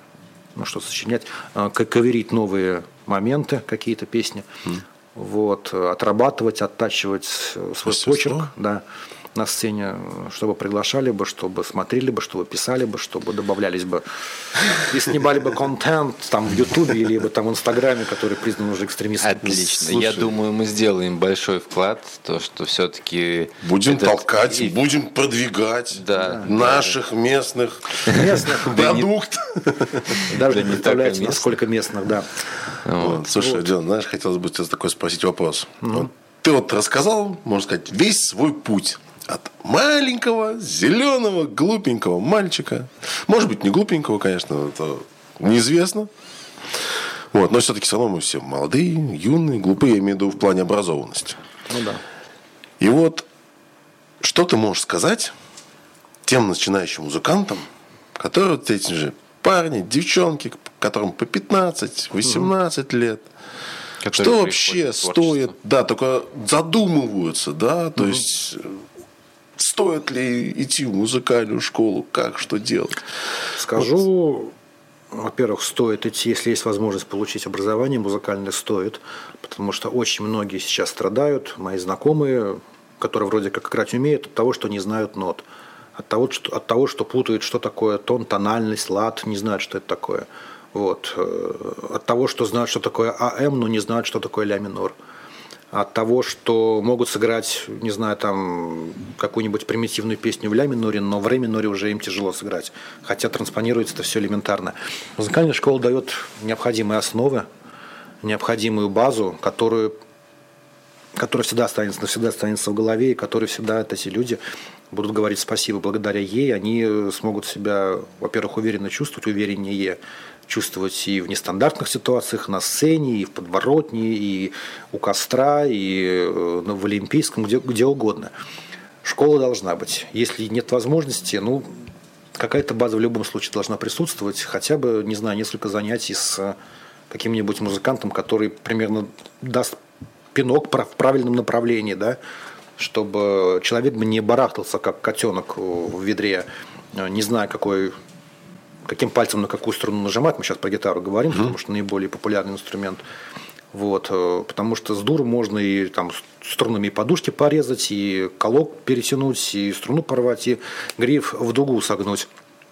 каверить новые моменты, какие-то песни, вот, отрабатывать, оттачивать свой почерк, да, на сцене, чтобы приглашали бы, чтобы смотрели бы, чтобы писали бы, чтобы добавлялись бы и снимали бы контент там в Ютубе или там в Инстаграме, который признан уже экстремистским. Отлично. Слушай, Я думаю, мы сделаем большой вклад, то, что все-таки... Будем толкать, будем продвигать наших местных продуктов. Даже не представляете, насколько местных, да. Слушай, Дэн, знаешь, хотелось бы тебя такой спросить вопрос. Ты вот рассказал, можно сказать, весь свой путь. От маленького, зеленого, глупенького мальчика. Может быть, не глупенького, конечно, это неизвестно. Вот, но все-таки все равно мы все молодые, юные, глупые, я имею в виду в плане образованности. Ну да. И вот, что ты можешь сказать тем начинающим музыкантам, которые вот эти же парни, девчонки, которым по 15-18 лет, что вообще стоит, да, только задумываются, да, то есть стоит ли идти в музыкальную школу, как, что делать? Скажу, во-первых, стоит идти, если есть возможность получить образование, музыкальное стоит, потому что очень многие сейчас страдают, мои знакомые, которые вроде как играть умеют, от того, что не знают нот, от того, что путают, что такое тон, тональность, лад, не знают, что это такое. Вот. От того, что знают, что такое АМ, но не знают, что такое ля минор. От того, что могут сыграть, не знаю, там какую-нибудь примитивную песню в ля миноре, но в ре миноре уже им тяжело сыграть. Хотя транспонируется это все элементарно. Музыкальная школа дает необходимые основы, необходимую базу, которая всегда останется в голове, и которой всегда эти люди будут говорить спасибо. Благодаря ей они смогут себя, во-первых, уверенно чувствовать, увереннее чувствовать и в нестандартных ситуациях, на сцене, и в подворотне, и у костра, и в Олимпийском, где угодно. Школа должна быть. Если нет возможности, какая-то база в любом случае должна присутствовать, хотя бы, не знаю, несколько занятий с каким-нибудь музыкантом, который примерно даст пинок в правильном направлении, да, чтобы человек бы не барахтался, как котенок в ведре, не зная, каким пальцем на какую струну нажимать. Мы сейчас про гитару говорим, потому что наиболее популярный инструмент. Вот, потому что с дуру можно и там струнами и подушки порезать, и колок перетянуть, и струну порвать, и гриф в дугу согнуть.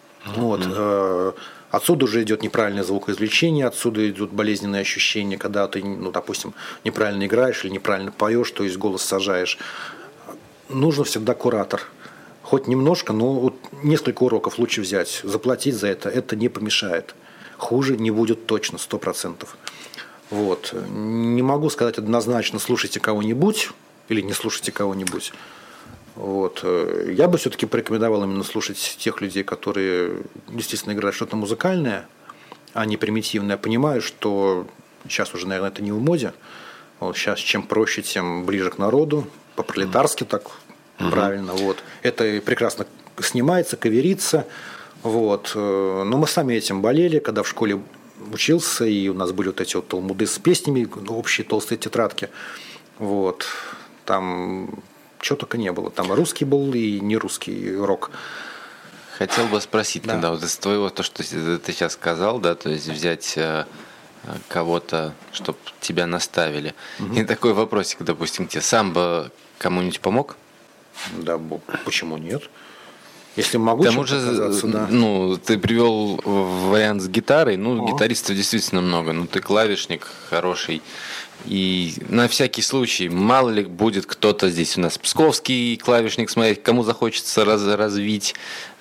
Вот. Отсюда уже идет неправильное звукоизвлечение, отсюда идут болезненные ощущения, когда ты, допустим, неправильно играешь или неправильно поешь, то есть голос сажаешь. Нужен всегда куратор. Хоть немножко, но несколько уроков лучше взять, заплатить за это не помешает. Хуже не будет точно, 100%. Вот. Не могу сказать однозначно, слушайте кого-нибудь или не слушайте кого-нибудь. Вот. Я бы все-таки порекомендовал именно слушать тех людей, которые действительно играют что-то музыкальное, а не примитивное. Я понимаю, что сейчас уже, наверное, это не в моде. Вот сейчас чем проще, тем ближе к народу, по-пролетарски так правильно. Вот. Это прекрасно снимается, каверится. Вот. Но мы сами этим болели, когда в школе учился, и у нас были вот эти вот талмуды с песнями, общие толстые тетрадки. Вот. Там чего только не было. Там и русский был, и не русский рок. Хотел бы спросить, Да. тогда вот из твоего, то, что ты сейчас сказал, да, то есть взять кого-то, чтобы тебя наставили. И такой вопросик, допустим, тебе сам бы кому-нибудь помог? Да, почему нет? Если могу К тому чем-то же, оказаться, да. ты привел вариант с гитарой, гитаристов действительно много, ты клавишник хороший. И на всякий случай, мало ли будет кто-то здесь у нас псковский клавишник, смотреть, кому захочется развить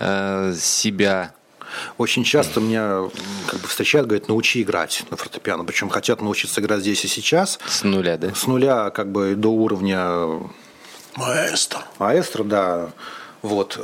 себя. Очень часто меня встречают, говорят, научи играть на фортепиано. Причем хотят научиться играть здесь и сейчас. С нуля, да? С нуля до уровня маэстро, да. Вот.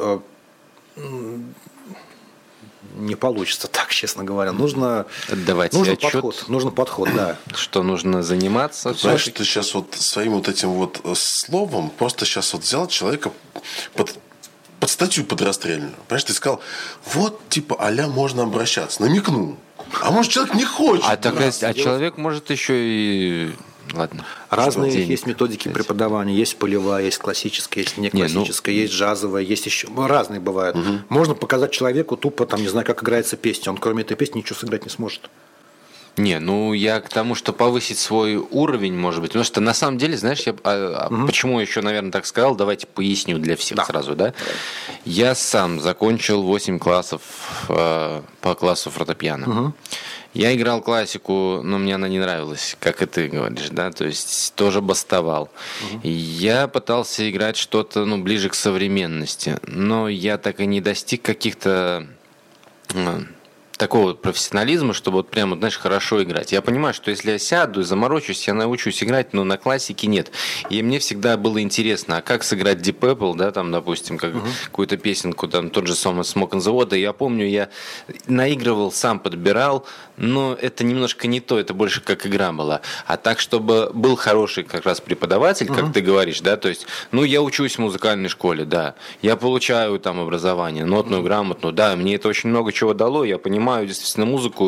Не получится так, честно говоря. Нужно отдавать подход. Нужен подход, да. Что нужно заниматься. Знаешь, ты сейчас своим этим словом просто сейчас взял человека, статью подрастрельную. Понимаешь, ты сказал, вот, типа, а-ля можно обращаться. Намекнул. А может, человек не хочет. Человек может еще и... Ладно. Разные Денег, есть методики преподавания. Есть полевая, есть классическая, есть не классическая, есть джазовая, есть еще... Разные бывают. Можно показать человеку тупо, там, не знаю, как играется песня. Он кроме этой песни ничего сыграть не сможет. Я к тому, что повысить свой уровень, может быть. Потому что на самом деле, знаешь, почему еще, наверное, так сказал, давайте поясню для всех сразу, да? Я сам закончил 8 классов по классу фортепиано. Я играл классику, но мне она не нравилась, как и ты говоришь, да, то есть тоже бастовал. Я пытался играть что-то, ближе к современности, но я так и не достиг каких-то такого профессионализма, чтобы вот прямо, знаешь, хорошо играть. Я понимаю, что если я сяду и заморочусь, я научусь играть, но на классике нет. И мне всегда было интересно, а как сыграть Deep Purple, да, там, допустим, какую-то песенку, там, тот же самый Smoke on the Water. Я помню, я наигрывал, сам подбирал, но это немножко не то, это больше как игра была. А так, чтобы был хороший как раз преподаватель, как ты говоришь, да, то есть, я учусь в музыкальной школе, да, я получаю там образование, нотную, грамотную, да, мне это очень много чего дало, я понимаю действительно музыку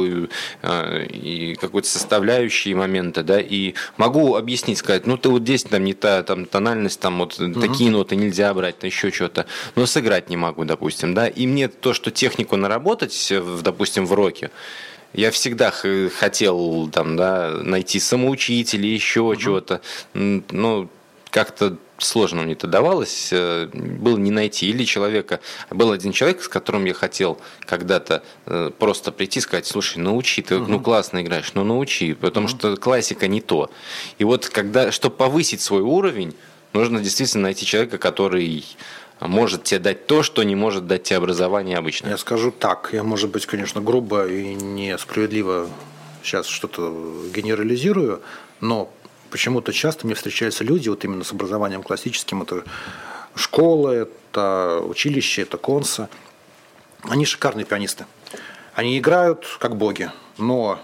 и какой-то составляющие моменты, да, и могу объяснить, сказать, ты вот здесь там не та там тональность, там вот такие ноты нельзя брать, еще что-то, но сыграть не могу, допустим, да, и мне то, что технику наработать, допустим, в роке, я всегда хотел там, да, найти самоучителя, еще чего-то, но как-то сложно мне это давалось, было не найти. Или человека, был один человек, с которым я хотел когда-то просто прийти и сказать, слушай, научи, ты классно играешь, но научи, потому что классика не то. И вот чтобы повысить свой уровень, нужно действительно найти человека, который может тебе дать то, что не может дать тебе образование обычно. Я скажу так, я, может быть, конечно, грубо и несправедливо сейчас что-то генерализирую, но почему-то часто мне встречаются люди вот именно с образованием классическим, это школа, это училище, это конса. Они шикарные пианисты. Они играют как боги, но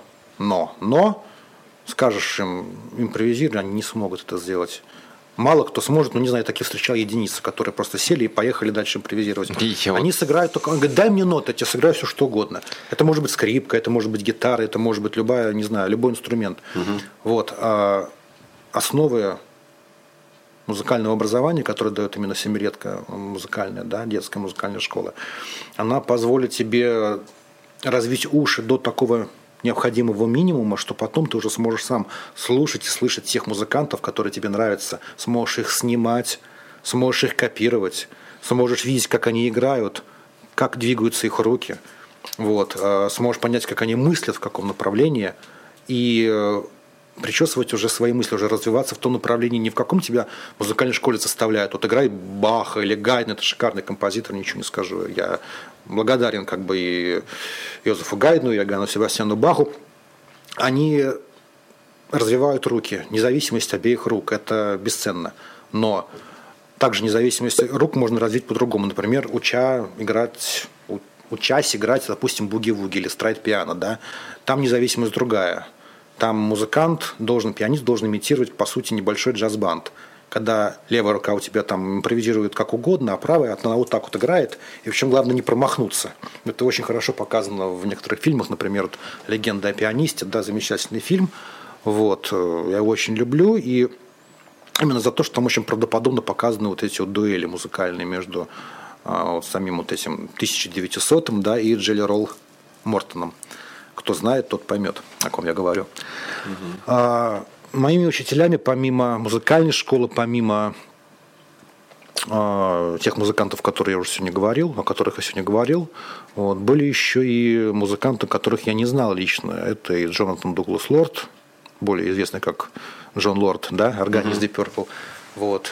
скажешь им импровизируй, они не смогут это сделать. Мало кто сможет, не знаю, я таких встречал единицы, которые просто сели и поехали дальше импровизировать. Они сыграют только, он говорит, дай мне ноты, я тебе сыграю все что угодно. Это может быть скрипка, это может быть гитара, это может быть любая, не знаю, любой инструмент. Вот. Основы музыкального образования, которое дает именно семилетка музыкальная, да, детская музыкальная школа, она позволит тебе развить уши до такого необходимого минимума, что потом ты уже сможешь сам слушать и слышать тех музыкантов, которые тебе нравятся, сможешь их снимать, сможешь их копировать, сможешь видеть, как они играют, как двигаются их руки, вот, сможешь понять, как они мыслят, в каком направлении, и причесывать уже свои мысли, уже развиваться в том направлении, не в каком тебя в музыкальной школе заставляют. Вот играй Баха или Гайдна, это шикарный композитор, ничего не скажу. Я благодарен и Йозефу Гайдну, и Иоганну Себастьяну Баху. Они развивают руки, независимость обеих рук, это бесценно. Но также независимость рук можно развить по-другому. Например, учась играть, допустим, буги-вуги или страйт-пиано, да? Там независимость другая. Там пианист должен имитировать, по сути, небольшой джаз-банд. Когда левая рука у тебя там импровизирует как угодно, а правая она вот так вот играет. И причем главное не промахнуться. Это очень хорошо показано в некоторых фильмах, например, вот «Легенда о пианисте», да, замечательный фильм. Вот, я его очень люблю. И именно за то, что там очень правдоподобно показаны вот эти вот дуэли музыкальные между самим вот этим 1900-м, да, и Джелли Ролл Мортоном. Кто знает, тот поймет, о ком я говорю. Моими учителями, помимо музыкальной школы, помимо тех музыкантов, которые я уже сегодня говорил, о которых я сегодня говорил, вот, были еще и музыканты, которых я не знал лично. Это и Джонатан Дуглас Лорд, более известный как Джон Лорд, да, органист Deep Purple. Вот.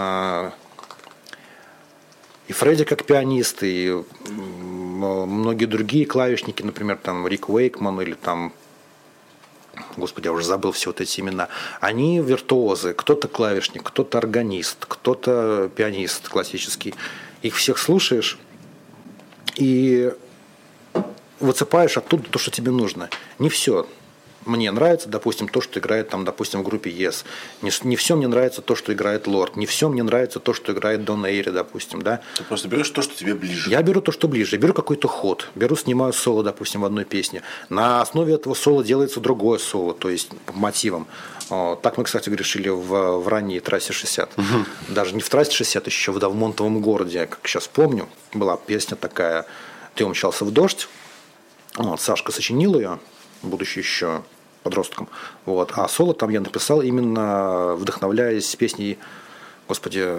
И Фредди как пианист, и многие другие клавишники, например, там Рик Уэйкман или там, господи, я уже забыл все вот эти имена, они виртуозы, кто-то клавишник, кто-то органист, кто-то пианист классический. Их всех слушаешь и высыпаешь оттуда то, что тебе нужно. Не все. мне нравится, допустим, то, что играет там, допустим, в группе Yes. Не все мне нравится то, что играет Лорд. Не все мне нравится то, что играет Дон Эйри, допустим, да. Ты просто берешь то, что тебе ближе. Я беру то, что ближе. Беру какой-то ход. Снимаю соло, допустим, в одной песне. На основе этого соло делается другое соло, то есть по мотивам. Так мы, кстати, решили в ранней трассе 60. Даже не в трассе 60, еще в Давмонтовом городе, как сейчас помню, была песня такая «Ты умчался в дождь». Сашка сочинил ее, будучи еще подростком. А соло там я написал именно вдохновляясь песней, господи,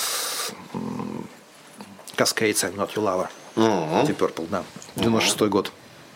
Cascades I'm Not Your Lover. Deep Purple, да. 96-й год.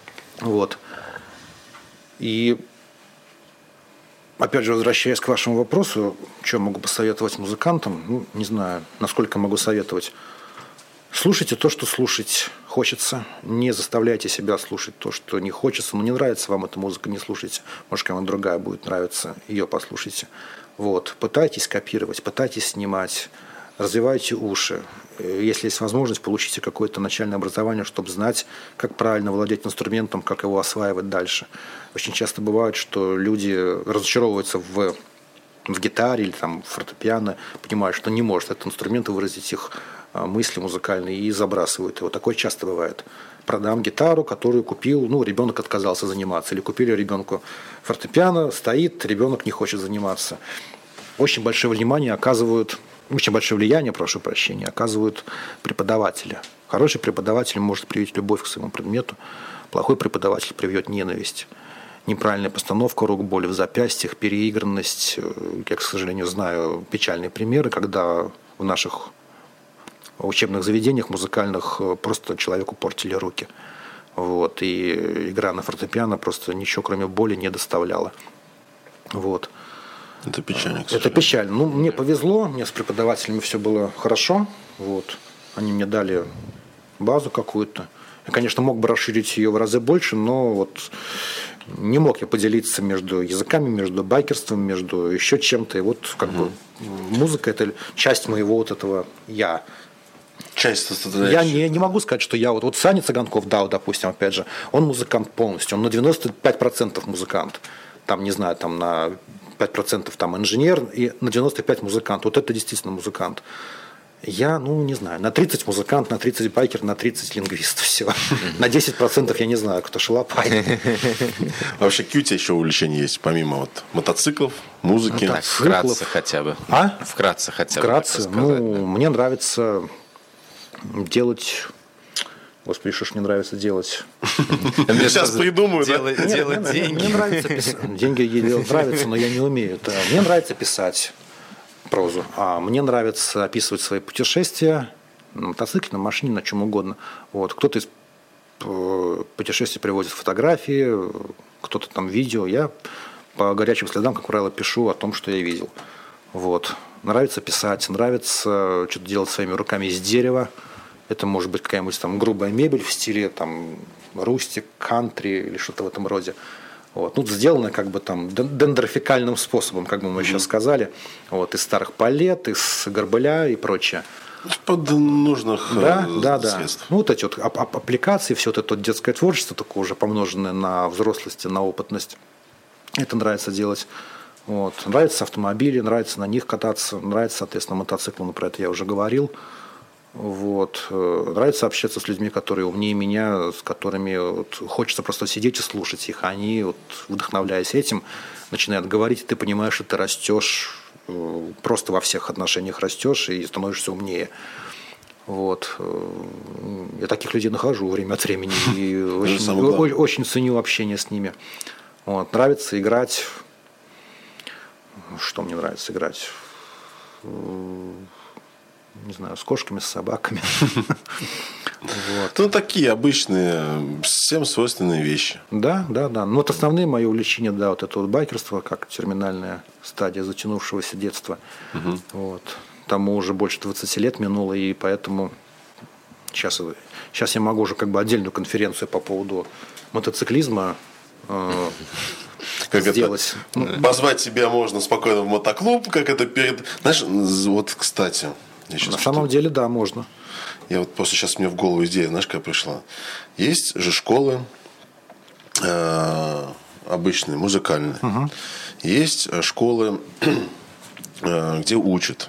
И опять же, возвращаясь к вашему вопросу, что могу посоветовать музыкантам, не знаю, насколько могу советовать. Слушайте то, что слушать хочется. Не заставляйте себя слушать то, что не хочется. Не нравится вам эта музыка, не слушайте. Может, кому-то другая будет нравиться, ее послушайте. Пытайтесь копировать, пытайтесь снимать. Развивайте уши. Если есть возможность, получите какое-то начальное образование, чтобы знать, как правильно владеть инструментом, как его осваивать дальше. Очень часто бывает, что люди разочаровываются в гитаре или в фортепиано, понимают, что не может этот инструмент выразить их мысли музыкальные, и забрасывают его. Такое часто бывает. Продам гитару, которую купил, ребенок отказался заниматься. Или купили ребенку фортепиано, стоит, ребенок не хочет заниматься. Очень большое влияние оказывают преподаватели. Хороший преподаватель может привить любовь к своему предмету, плохой преподаватель привьет ненависть. Неправильная постановка рук, боль в запястьях, переигранность. Я, к сожалению, знаю печальные примеры, когда в наших учебных заведениях музыкальных просто человеку портили руки. И игра на фортепиано просто ничего, кроме боли, не доставляла. Это печально, к Это сожалению. печально. Мне повезло, мне с преподавателями все было хорошо. Они мне дали базу какую-то. Я, конечно, мог бы расширить ее в разы больше, но не мог я поделиться между языками, между байкерством, между еще чем-то. И музыка – это часть моего этого «я». Часть Я не могу сказать, что я Саня Цыганков, допустим, опять же, он музыкант полностью, он на 95% музыкант. На 5% инженер и на 95% музыкант. Это действительно музыкант. Я, не знаю, на 30 музыкант, на 30 байкер, на 30 лингвист. Все. На 10% я не знаю, кто шалопай. Вообще, какие у тебя еще увлечения есть, помимо мотоциклов, музыки? Вкратце хотя бы. Вкратце хотя бы. Вкратце. Мне нравится делать... Господи, что ж мне нравится делать? Сейчас придумаю, да? Делать деньги. Мне нравится писать. Деньги нравятся, но я не умею. Мне нравится писать прозу. А мне нравится описывать свои путешествия на мотоцикле, на машине, на чем угодно. Кто-то из путешествий приводит фотографии, кто-то видео. Я по горячим следам, как правило, пишу о том, что я видел. Нравится писать, нравится что-то делать своими руками из дерева. Это может быть какая-нибудь грубая мебель в стиле рустик, кантри или что-то в этом роде. Сделано дендрофикальным способом, как бы мы сейчас сказали, из старых палет, из горбыля и прочее. Под нужных средств. Эти аппликации, все это детское творчество, только уже помноженное на взрослость, на опытность. Это нравится делать. Нравятся автомобили, нравится на них кататься, нравится, соответственно, мотоцикл, про это я уже говорил. Нравится общаться с людьми, которые умнее меня, с которыми хочется просто сидеть и слушать их. Они, вдохновляясь этим, начинают говорить, и ты понимаешь, что ты растешь, просто во всех отношениях растешь и становишься умнее. Я таких людей нахожу время от времени и очень ценю общение с ними. Нравится играть. Что мне нравится играть? Не знаю, с кошками, с собаками. Такие обычные, всем свойственные вещи. Да. Основные мои увлечения, это байкерство, как терминальная стадия затянувшегося детства. Тому уже больше 20 лет минуло, и поэтому сейчас я могу уже отдельную конференцию по поводу мотоциклизма сделать. Позвать себя можно спокойно в мотоклуб, как это перед... Знаешь, кстати... На самом деле, да, можно. Я просто сейчас мне в голову идея, знаешь, какая пришла. Есть же школы обычные, музыкальные. Есть школы, где учат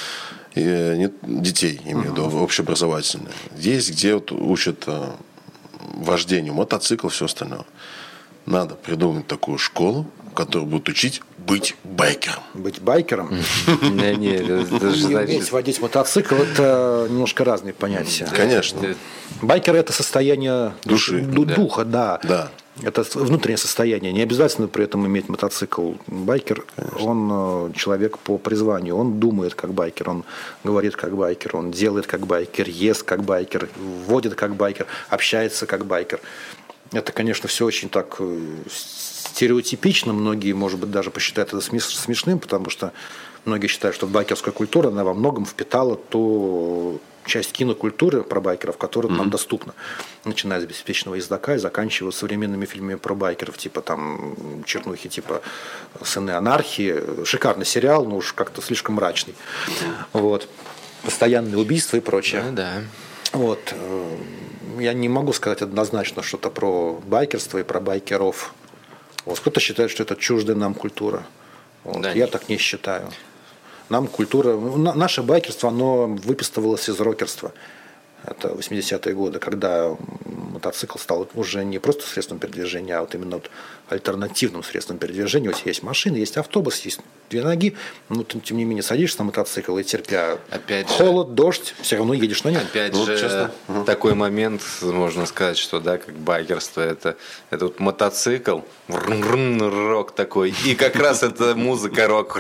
детей, имею в виду, общеобразовательные. Есть, где вот учат вождению, мотоцикл, все остальное. Надо придумать такую школу, которая будет учить быть байкером. Быть байкером? Не, это же И уметь значит... водить мотоцикл – это немножко разные понятия. Конечно. Байкер – это состояние Души. духа, да. Да. Это внутреннее состояние. Не обязательно при этом иметь мотоцикл. Байкер, он человек по призванию. Он думает как байкер, он говорит как байкер, он делает как байкер, ест как байкер, водит как байкер, общается как байкер. Это, конечно, все очень так стереотипично. Многие, может быть, даже посчитают это смешным, потому что многие считают, что байкерская культура, она во многом впитала ту часть кинокультуры про байкеров, которая нам доступна. Начиная с «Беспечного ездака» и заканчивая современными фильмами про байкеров, типа там чернухи, типа «Сыны анархии». Шикарный сериал, но уж как-то слишком мрачный. Вот. Постоянные убийства и прочее. Да. Вот. Я не могу сказать однозначно что-то про байкерство и про байкеров. Вот. Кто-то считает, что это чуждая нам культура. Вот. Да, Я так не считаю. Нам культура... Наше байкерство, оно выписывалось из рокерства. Это 80-е годы, когда мотоцикл стал уже не просто средством передвижения, а вот именно вот альтернативным средством передвижения. У тебя есть машина, есть автобус, есть две ноги, но ты, тем не менее, садишься на мотоцикл и, терпя холод, дождь, все равно едешь на нем. Опять же, честно. Такой момент, можно сказать, что да, как байкерство, это вот мотоцикл, рок такой, и как раз это музыка рок.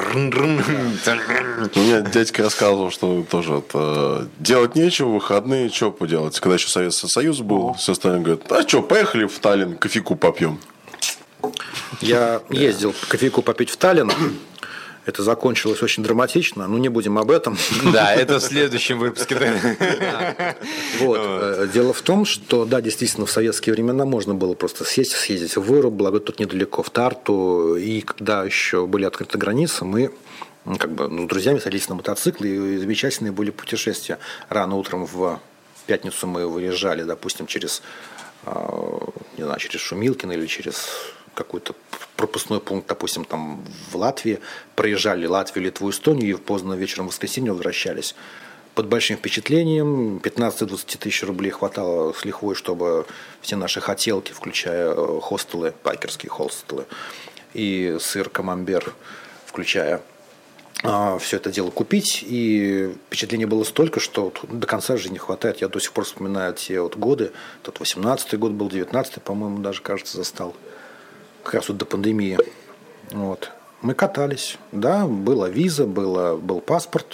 Мне дядька рассказывал, что тоже делать нечего, выходные, что поделать. Когда еще Советский Союз был, все остальное говорят, а что, поехали в Таллин, кофейку попьем. Я ездил кофейку попить в Таллин. Это закончилось очень драматично, но не будем об этом. Да, это в следующем выпуске. Вот. Дело в том, что, да, действительно, в советские времена можно было просто съездить в Выруб, благо тут недалеко, в Тарту. И когда еще были открыты границы, мы с друзьями садились на мотоциклы, и замечательные были путешествия. Рано утром в пятницу мы выезжали, допустим, через Шумилкино или через какой-то пропускной пункт, допустим, там в Латвии, проезжали Латвию, Литву, Эстонию, и поздно вечером в воскресенье возвращались. Под большим впечатлением, 15-20 тысяч рублей хватало с лихвой, чтобы все наши хотелки, включая хостелы, байкерские хостелы, и сыр камамбер, включая все это дело купить, и впечатление было столько, что до конца жизни не хватает. Я до сих пор вспоминаю те вот годы, тот 18-й год был, 19-й, по-моему, даже, кажется, застал, как раз вот до пандемии. Вот. Мы катались, да, была виза, был паспорт,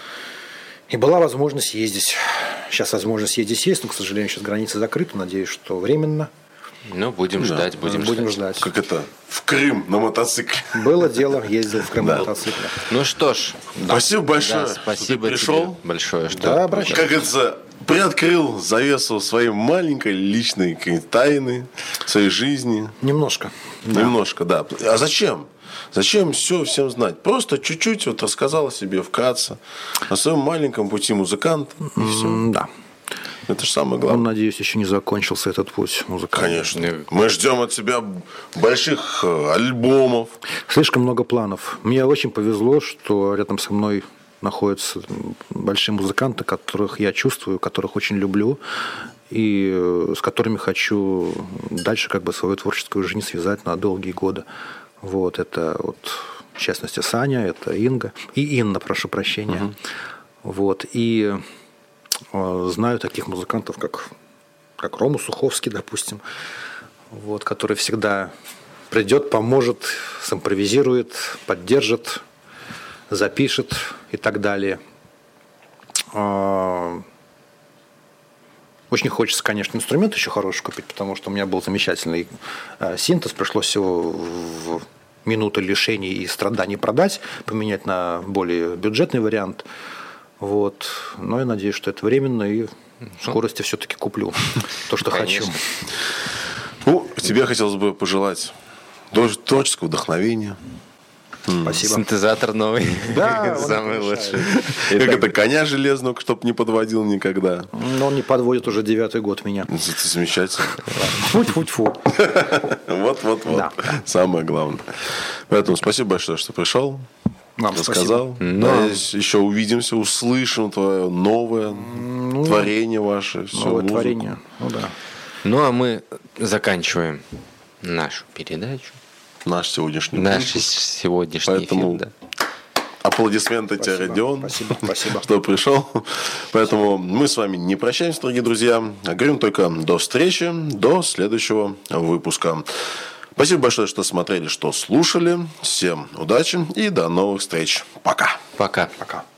и была возможность ездить. Сейчас возможность ездить есть, но, к сожалению, сейчас границы закрыты, надеюсь, что временно. Ну, будем ждать. Как это? В Крым на мотоцикле. Было дело, ездил в Крым на мотоцикле. Ну что ж. Спасибо большое. Спасибо пришел. Большое, что Да, обращайся. Как говорится, приоткрыл завесу своей маленькой личной тайны, своей жизни. Немножко. Немножко, да. А зачем? Зачем все всем знать? Просто чуть-чуть вот рассказал о себе вкратце, о своем маленьком пути музыканта, и все. Да. Это же самое главное. Надеюсь, еще не закончился этот путь музыкальный. Конечно. Мы ждем от тебя больших альбомов. Слишком много планов. Мне очень повезло, что рядом со мной находятся большие музыканты, которых я чувствую, которых очень люблю, и с которыми хочу дальше свою творческую жизнь связать на долгие годы. Вот это вот, в частности, Саня, это Инга. И Инна, прошу прощения. Угу. Вот. И знаю таких музыкантов, как Рома Суховский, допустим, вот, который всегда придет, поможет, симпровизирует, поддержит, запишет и так далее. Очень хочется, конечно, инструмент еще хороший купить, потому что у меня был замечательный синтез, пришлось всего в минуту лишений и страданий продать, поменять на более бюджетный вариант. Вот. Но я надеюсь, что это временно, и в скорости все-таки куплю то, что хочу. Ну, тебе хотелось бы пожелать творческого вдохновения, Спасибо. Синтезатор новый. Да, он Самый это лучший. Как это, коня железного, чтоб не подводил никогда. Но он не подводит уже 9-й год меня. Это замечательно. Фу-фу-фу. Вот. Да. Самое главное. Поэтому спасибо большое, что пришел. Вам Рассказал. спасибо. Надеюсь, еще увидимся, услышим твое новое творение ваше. Всё, Новое музыку. творение. Ну да. Ну, а мы заканчиваем нашу передачу. Наш сегодняшний Наш выпуск. сегодняшний Поэтому эфир, да. аплодисменты тебе, Спасибо. Родион. Спасибо. Что пришел. Поэтому мы с вами не прощаемся, дорогие друзья. А говорим только до встречи, до следующего выпуска. Спасибо большое, что смотрели, что слушали. Всем удачи и до новых встреч. Пока. Пока. Пока.